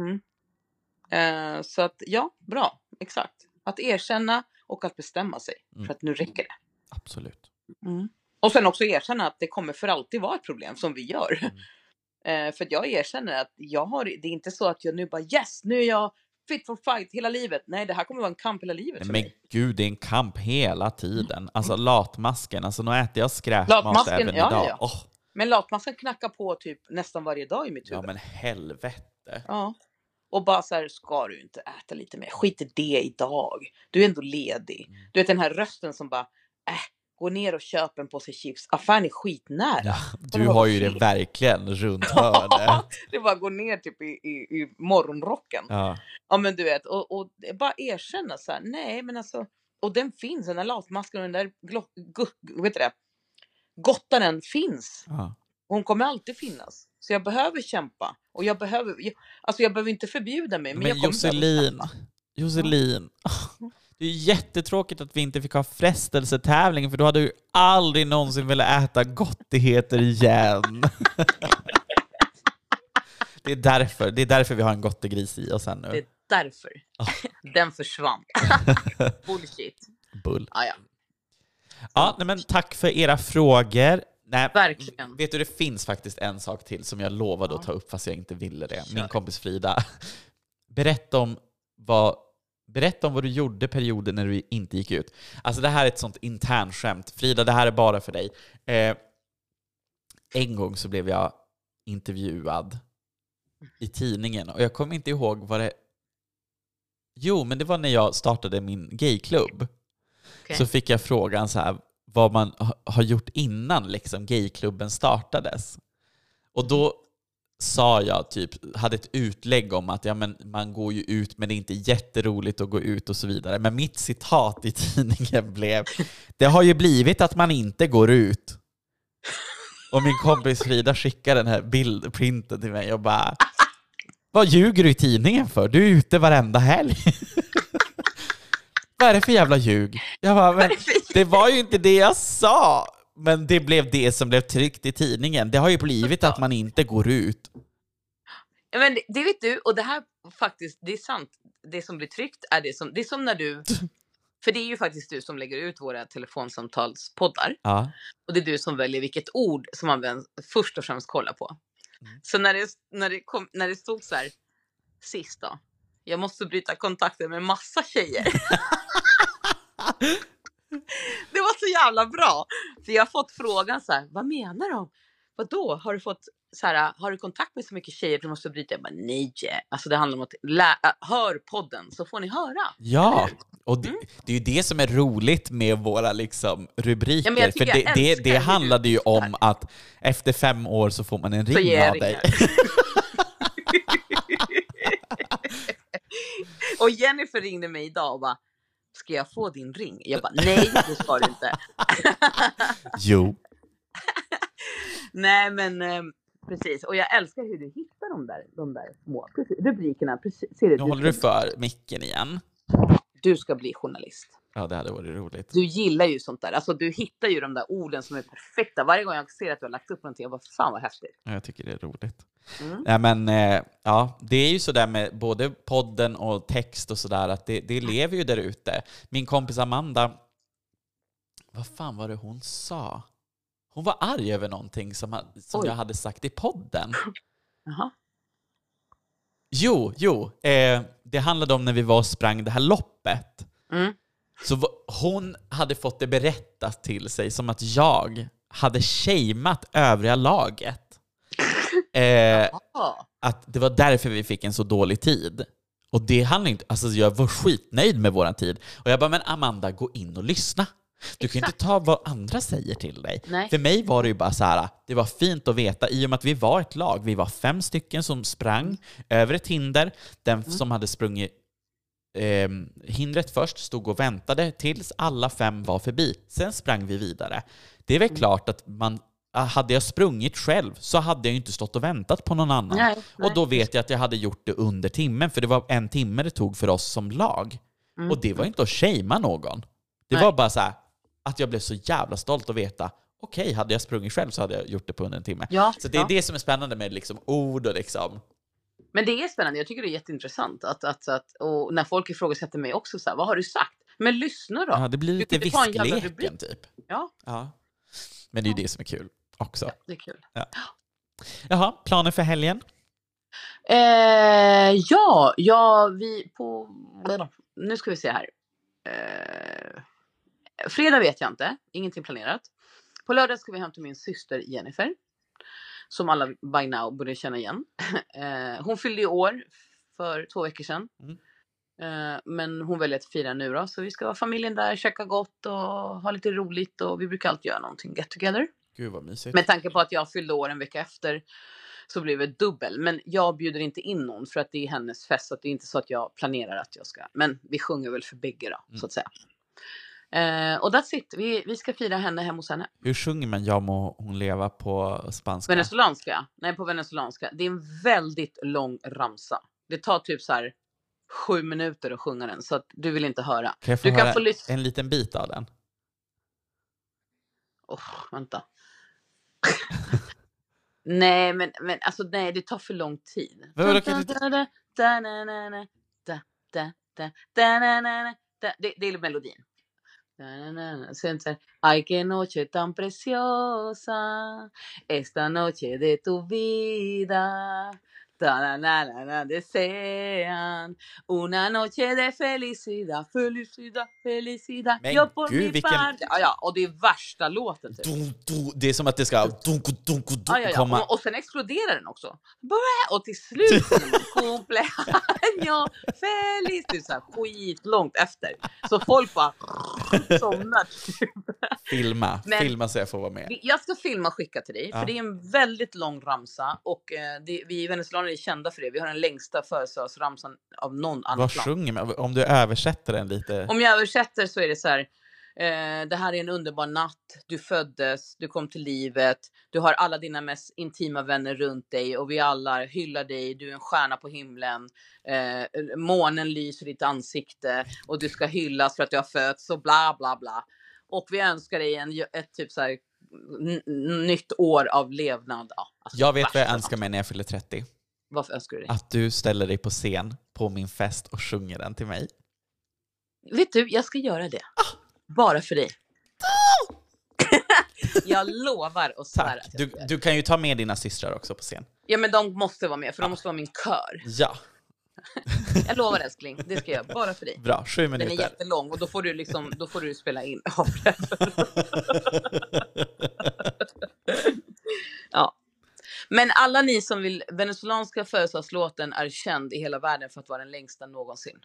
Så att, ja, bra. Exakt. Att erkänna och att bestämma sig. För att nu räcker det. Absolut. Och sen också erkänna att det kommer för alltid vara ett problem som vi gör. För att jag erkänner att det är inte så att jag nu bara yes, nu är jag fit for fight hela livet. Nej, det här kommer vara en kamp hela livet för men mig. gud, det är en kamp hela tiden. Alltså latmasken, alltså nu äter jag skräpmat även idag. Ja. Men latmasken knackar på typ nästan varje dag i mitt huvud. Ja, men helvete. Ja. Och bara så här, ska du inte äta lite mer? Skit i det idag. Du är ändå ledig. Du vet den här rösten som bara, gå ner och köp en påse chips. Affären är skitnära. Ja, du har ju det verkligen runt hörnet. Det bara gå ner typ i morgonrocken. Ja. Ja, men du vet. Och bara erkänna så här, nej men alltså. Och den finns, den där latmasken och den där vet du det? Gottaren finns. Ja. Hon kommer alltid finnas. Så jag behöver kämpa. Och jag behöver inte förbjuda mig. Men Josselin. Det är jättetråkigt att vi inte fick ha frestelsetävling, för då hade du aldrig någonsin velat äta gottigheter igen. Det är därför vi har en gottegris i oss här nu. Det är därför. Den försvann. Bullshit. Bull. Ah, ja. Ja, nej, men tack för era frågor. Nej, verkligen. Vet du, det finns faktiskt en sak till som jag lovade att ta upp fast jag inte ville det. Min kompis Frida. Berätta om vad du gjorde perioden när du inte gick ut. Alltså det här är ett sånt internt skämt. Frida, det här är bara för dig. En gång så blev jag intervjuad i tidningen. Och jag kommer inte ihåg vad det... Jo, men det var när jag startade min gayklubb. Okay. Så fick jag frågan så här, vad man har gjort innan liksom gayklubben startades. Och då sa jag hade ett utlägg om att ja, men man går ju ut, men det är inte jätteroligt att gå ut och så vidare. Men mitt citat i tidningen blev: det har ju blivit att man inte går ut. Och min kompis Frida skickade den här bildprinten till mig och bara: vad ljuger du i tidningen för? Du är ute varenda helg. Vad är det för jävla ljug? Jag bara, men det var ju inte det jag sa. Men det blev det som blev tryckt i tidningen. Det har ju blivit att man inte går ut. Men det vet du, och det här faktiskt, det är sant. Det som blir tryckt är det är som när du... För det är ju faktiskt du som lägger ut våra telefonsamtalspoddar. Ja. Och det är du som väljer vilket ord som man först och främst kollar på. Så när det stod så här, sist då, jag måste bryta kontakter med massa tjejer. Det var så jävla bra. För jag har fått frågan så här, vad menar de? Vadå? Har du fått så här, har du kontakt med så mycket tjejer du måste bryta? Jag bara, nej. Alltså det handlar om att hör podden så får ni höra. Ja, och det är ju det som är roligt med våra liksom rubriker. Ja, för det handlade ju om att efter 5 år så får man en ring av dig. Och Jennifer ringde mig idag och bara, ska jag få din ring? Jag bara, nej, det ska du inte. Jo. Nej, men precis. Och jag älskar hur du hittar de där små rubrikerna. Precis. Ser du, nu håller du för micken igen. Du ska bli journalist. Ja, det hade varit roligt. Du gillar ju sånt där. Alltså du hittar ju de där orden som är perfekta. Varje gång jag ser att du har lagt upp någonting, jag bara, fan vad häftigt. Ja, jag tycker det är roligt. Ja, men ja, det är ju sådär med både podden och text och sådär, att det lever ju där ute. Min kompis Amanda, vad fan var det hon sa? Hon var arg över någonting som jag hade sagt i podden. Jaha. Jo, det handlade om när vi var och sprang det här loppet. Så hon hade fått det berättat till sig som att jag hade shameat övriga laget. Att det var därför vi fick en så dålig tid. Och det handlar inte, alltså jag var skitnöjd med våran tid. Och jag bara, men Amanda, gå in och lyssna. Du kan inte ta vad andra säger till dig. Nej. För mig var det ju bara så här, det var fint att veta i och med att vi var ett lag. Vi var 5 stycken som sprang över ett hinder. Den som hade sprungit hindret först stod och väntade tills alla 5 var förbi. Sen sprang vi vidare. Det är väl klart att man hade jag sprungit själv så hade jag ju inte stått och väntat på någon annan. Nej. Och då vet jag att jag hade gjort det under timmen, för det var 1 timme det tog för oss som lag. Och det var inte att shamea någon. Det var bara så här att jag blev så jävla stolt att veta, okej, hade jag sprungit själv så hade jag gjort det på under 1 timme. Ja, så det är det som är spännande med liksom ord och liksom. Men det är spännande, jag tycker det är jätteintressant och när folk ifrågasätter mig också så här, vad har du sagt? Men lyssna då. Ja, det blir lite viskleken typ. Ja. Men det är ju det som är kul också. Ja, det är kul. Ja. Jaha, planer för helgen? Nu ska vi se här. Fredag vet jag inte, ingenting planerat. På lördag ska vi hem till min syster Jennifer, som alla by now borde känna igen. Hon fyllde i år för 2 veckor sedan. Men hon väljer att fira nu då. Så vi ska vara familjen där, käka gott och ha lite roligt. Och vi brukar alltid göra någonting get together. Gud vad mysigt. Med tanke på att jag fyllde år en vecka efter så blev det dubbel. Men jag bjuder inte in någon för att det är hennes fest. Så det är inte så att jag planerar att jag ska. Men vi sjunger väl för bägge då, så att säga. Och that's it. Vi ska fira henne hemma hos henne. Hur sjunger man "Ja må hon leva" på spanska? Venezuelanska? Nej, på venezuelanska. Det är en väldigt lång ramsa. Det tar typ så här 7 minuter att sjunga den. Så att du vill inte höra. Kan jag få höra en liten bit av den? Vänta. Nej, men alltså nej, det tar för lång tid. Det är melodin. Sen ay que noche tan preciosa, esta noche de tu vida, desean una noche de felicidad, felicidad. Men yo por gud, mi vilken... parte. Ja, och det är värsta låten typ. Det är som att det ska komma. Och sen exploderar den också. Och till slut cumpleaños feliz. Det är så här skitlångt efter. Så folk bara somnar. Filma så jag får vara med. Jag ska filma och skicka till dig. För det är en väldigt lång ramsa. Och vi i Venezuela är kända för det. Vi har den längsta födelsedagsramsan av någon annan. Vad sjunger man? Om du översätter den lite. Om jag översätter så är det så här. Det här är en underbar natt. Du föddes, du kom till livet. Du har alla dina mest intima vänner runt dig. Och vi alla hyllar dig. Du är en stjärna på himlen. Månen lyser i ditt ansikte. Och du ska hyllas för att du har fötts. Och bla bla bla. Och vi önskar dig ett typ så här nytt år av levnad. Ja, alltså jag vet vad jag önskar mig när jag fyller 30. Varför önskar du det? Att du ställer dig på scen på min fest och sjunger den till mig. Vet du, jag ska göra det. Bara för dig. Jag lovar och svär. Du kan ju ta med dina systrar också på scen. Ja, men de måste vara med, för de måste vara min kör. Ja. Jag lovar älskling, det ska jag bara för dig. Bra, 7 minuter. Den är jättelång och då får du spela in. Ja. Men alla ni som vill, venezuelanska födelsedagslåten är känd i hela världen för att vara den längsta någonsin.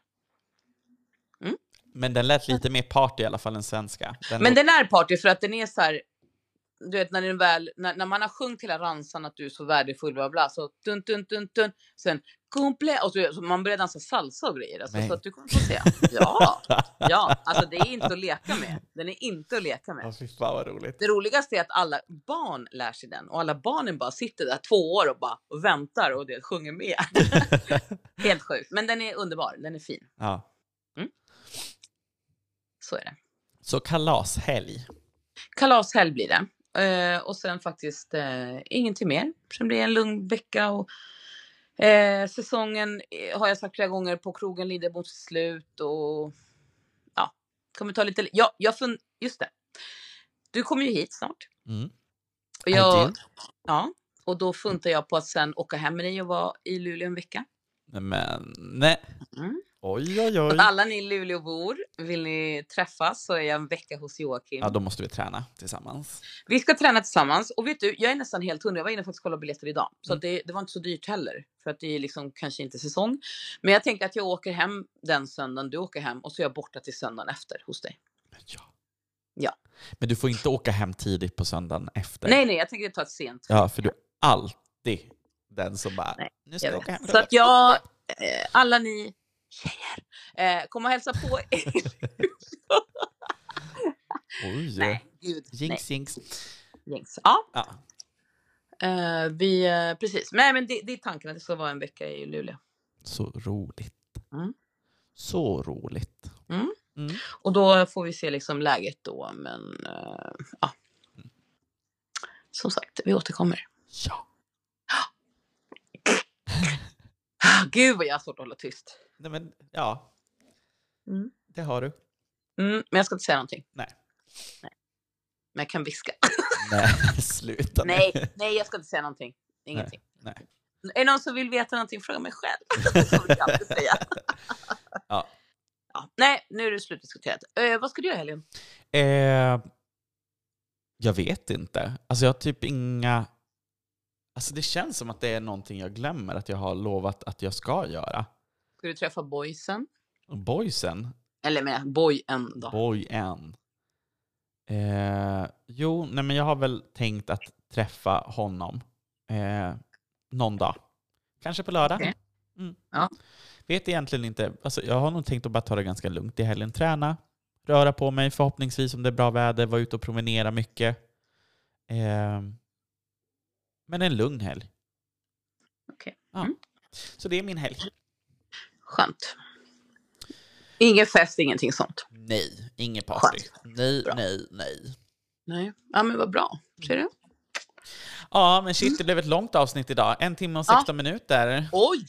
Men den lät lite mer party i alla fall än svenska. Den är party för att den är så här, du vet när man har sjungit hela ramsan att du är så värdefull bla bla, så dun dun dun dun, sen komple och så man börjar dansa salsa och grejer alltså, så att du kommer få se. Ja, alltså det är inte att leka med. Den är inte att leka med. Fy fan vad roligt. Det roligaste är att alla barn lär sig den och alla barnen bara sitter där 2 år och väntar och det sjunger med. Helt sjukt, men den är underbar, den är fin. Ja. Så är det. Så kalashelg. Kalashelg blir det. Och sen faktiskt ingenting mer. Sen blir det en lugn vecka och säsongen har jag sagt flera gånger på krogen lider mot slut och ja, kommer ta lite just det. Du kommer ju hit snart. Och då funtar jag på att sen åka hem med dig och vara i Luleå en vecka. Men nej. Oj. Alla ni Luleåbor, vill ni träffas så är jag en vecka hos Joakim. Ja, då måste vi träna tillsammans. Vi ska träna tillsammans. Och vet du, jag är nästan helt hundra. Jag var inne för att kolla biljetter idag. Så det var inte så dyrt heller. För att det är liksom kanske inte säsong. Men jag tänker att jag åker hem den söndagen. Du åker hem och så är jag borta till söndagen efter hos dig. Ja. Men du får inte åka hem tidigt på söndagen efter. Nej, jag tänker ta ett sent. Ja, för du är alltid den som bara... Nej, nu ska jag åka hem. Så att alla ni tjejer kom och hälsa på er. Oj. Nej, gud. Jinx. gängs. Ja, Ja. precis. Nej, men det är tanken att det ska vara en vecka i Luleå. Så roligt. Mm. Så roligt. Mm. Mm. Och då får vi se liksom läget då, men ja. Som sagt, vi återkommer. Ja. Gud vad jag har svårt att hålla tyst. Nej, men ja. Mm. Det har du. Men jag ska inte säga någonting. Nej. Men jag kan viska. Nej, sluta. Nej, jag ska inte säga någonting. Ingenting. Nej. Är det någon som vill veta någonting? Fråga mig själv. Så vill jag alltid säga. Ja. Ja. Nej, nu är det slutdiskuterat. Vad ska du göra i helgen? Jag vet inte. Alltså jag har typ inga... Alltså det känns som att det är någonting jag glömmer att jag har lovat att jag ska göra. Ska du träffa boysen? Boysen? Eller med boyen då? Boyen. Jo, nej men jag har väl tänkt att träffa honom någon dag. Kanske på lördag. Okay. Mm. Ja. Vet egentligen inte. Alltså jag har nog tänkt att bara ta det ganska lugnt i helgen. Träna, röra på mig förhoppningsvis om det är bra väder. Vara ute och promenera mycket. Men en lugn helg. Okej. Ja. Så det är min helg. Skönt. Ingen fest, ingenting sånt. Nej, ingen party. Nej, Bra. nej. Ja, men vad bra. Ser du? Ja, men shit, det blev ett långt avsnitt idag. 1 timme och 16 minuter. Oj!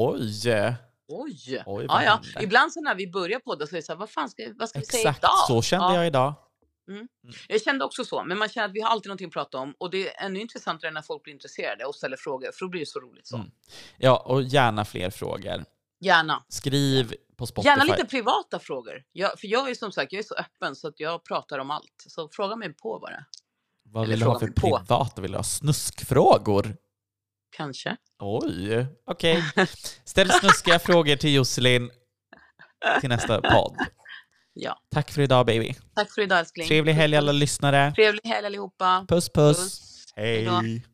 Vad Ja. hände? Ibland så när vi börjar podda så är det så här, vad ska vi säga Exakt, idag? så kände jag idag. Jag kände också så, men man känner att vi har alltid någonting att prata om. Och det är ännu intressantare när folk blir intresserade och ställer frågor, för då blir det så roligt så. Ja, och gärna fler frågor. Gärna. Skriv på Spotify. Gärna lite privata frågor. För jag är som sagt, jag är så öppen så att jag pratar om allt. Så fråga mig på bara. Vad vill du ha för privata? Vill du ha snuskfrågor? Kanske. Oj, okej. Ställ snuskiga frågor till Josselin till nästa podd. Ja. Tack för idag, baby. Tack för idag, älskling. Trevlig helg alla lyssnare. Trevlig helg allihopa. Puss. Hej. Hejdå.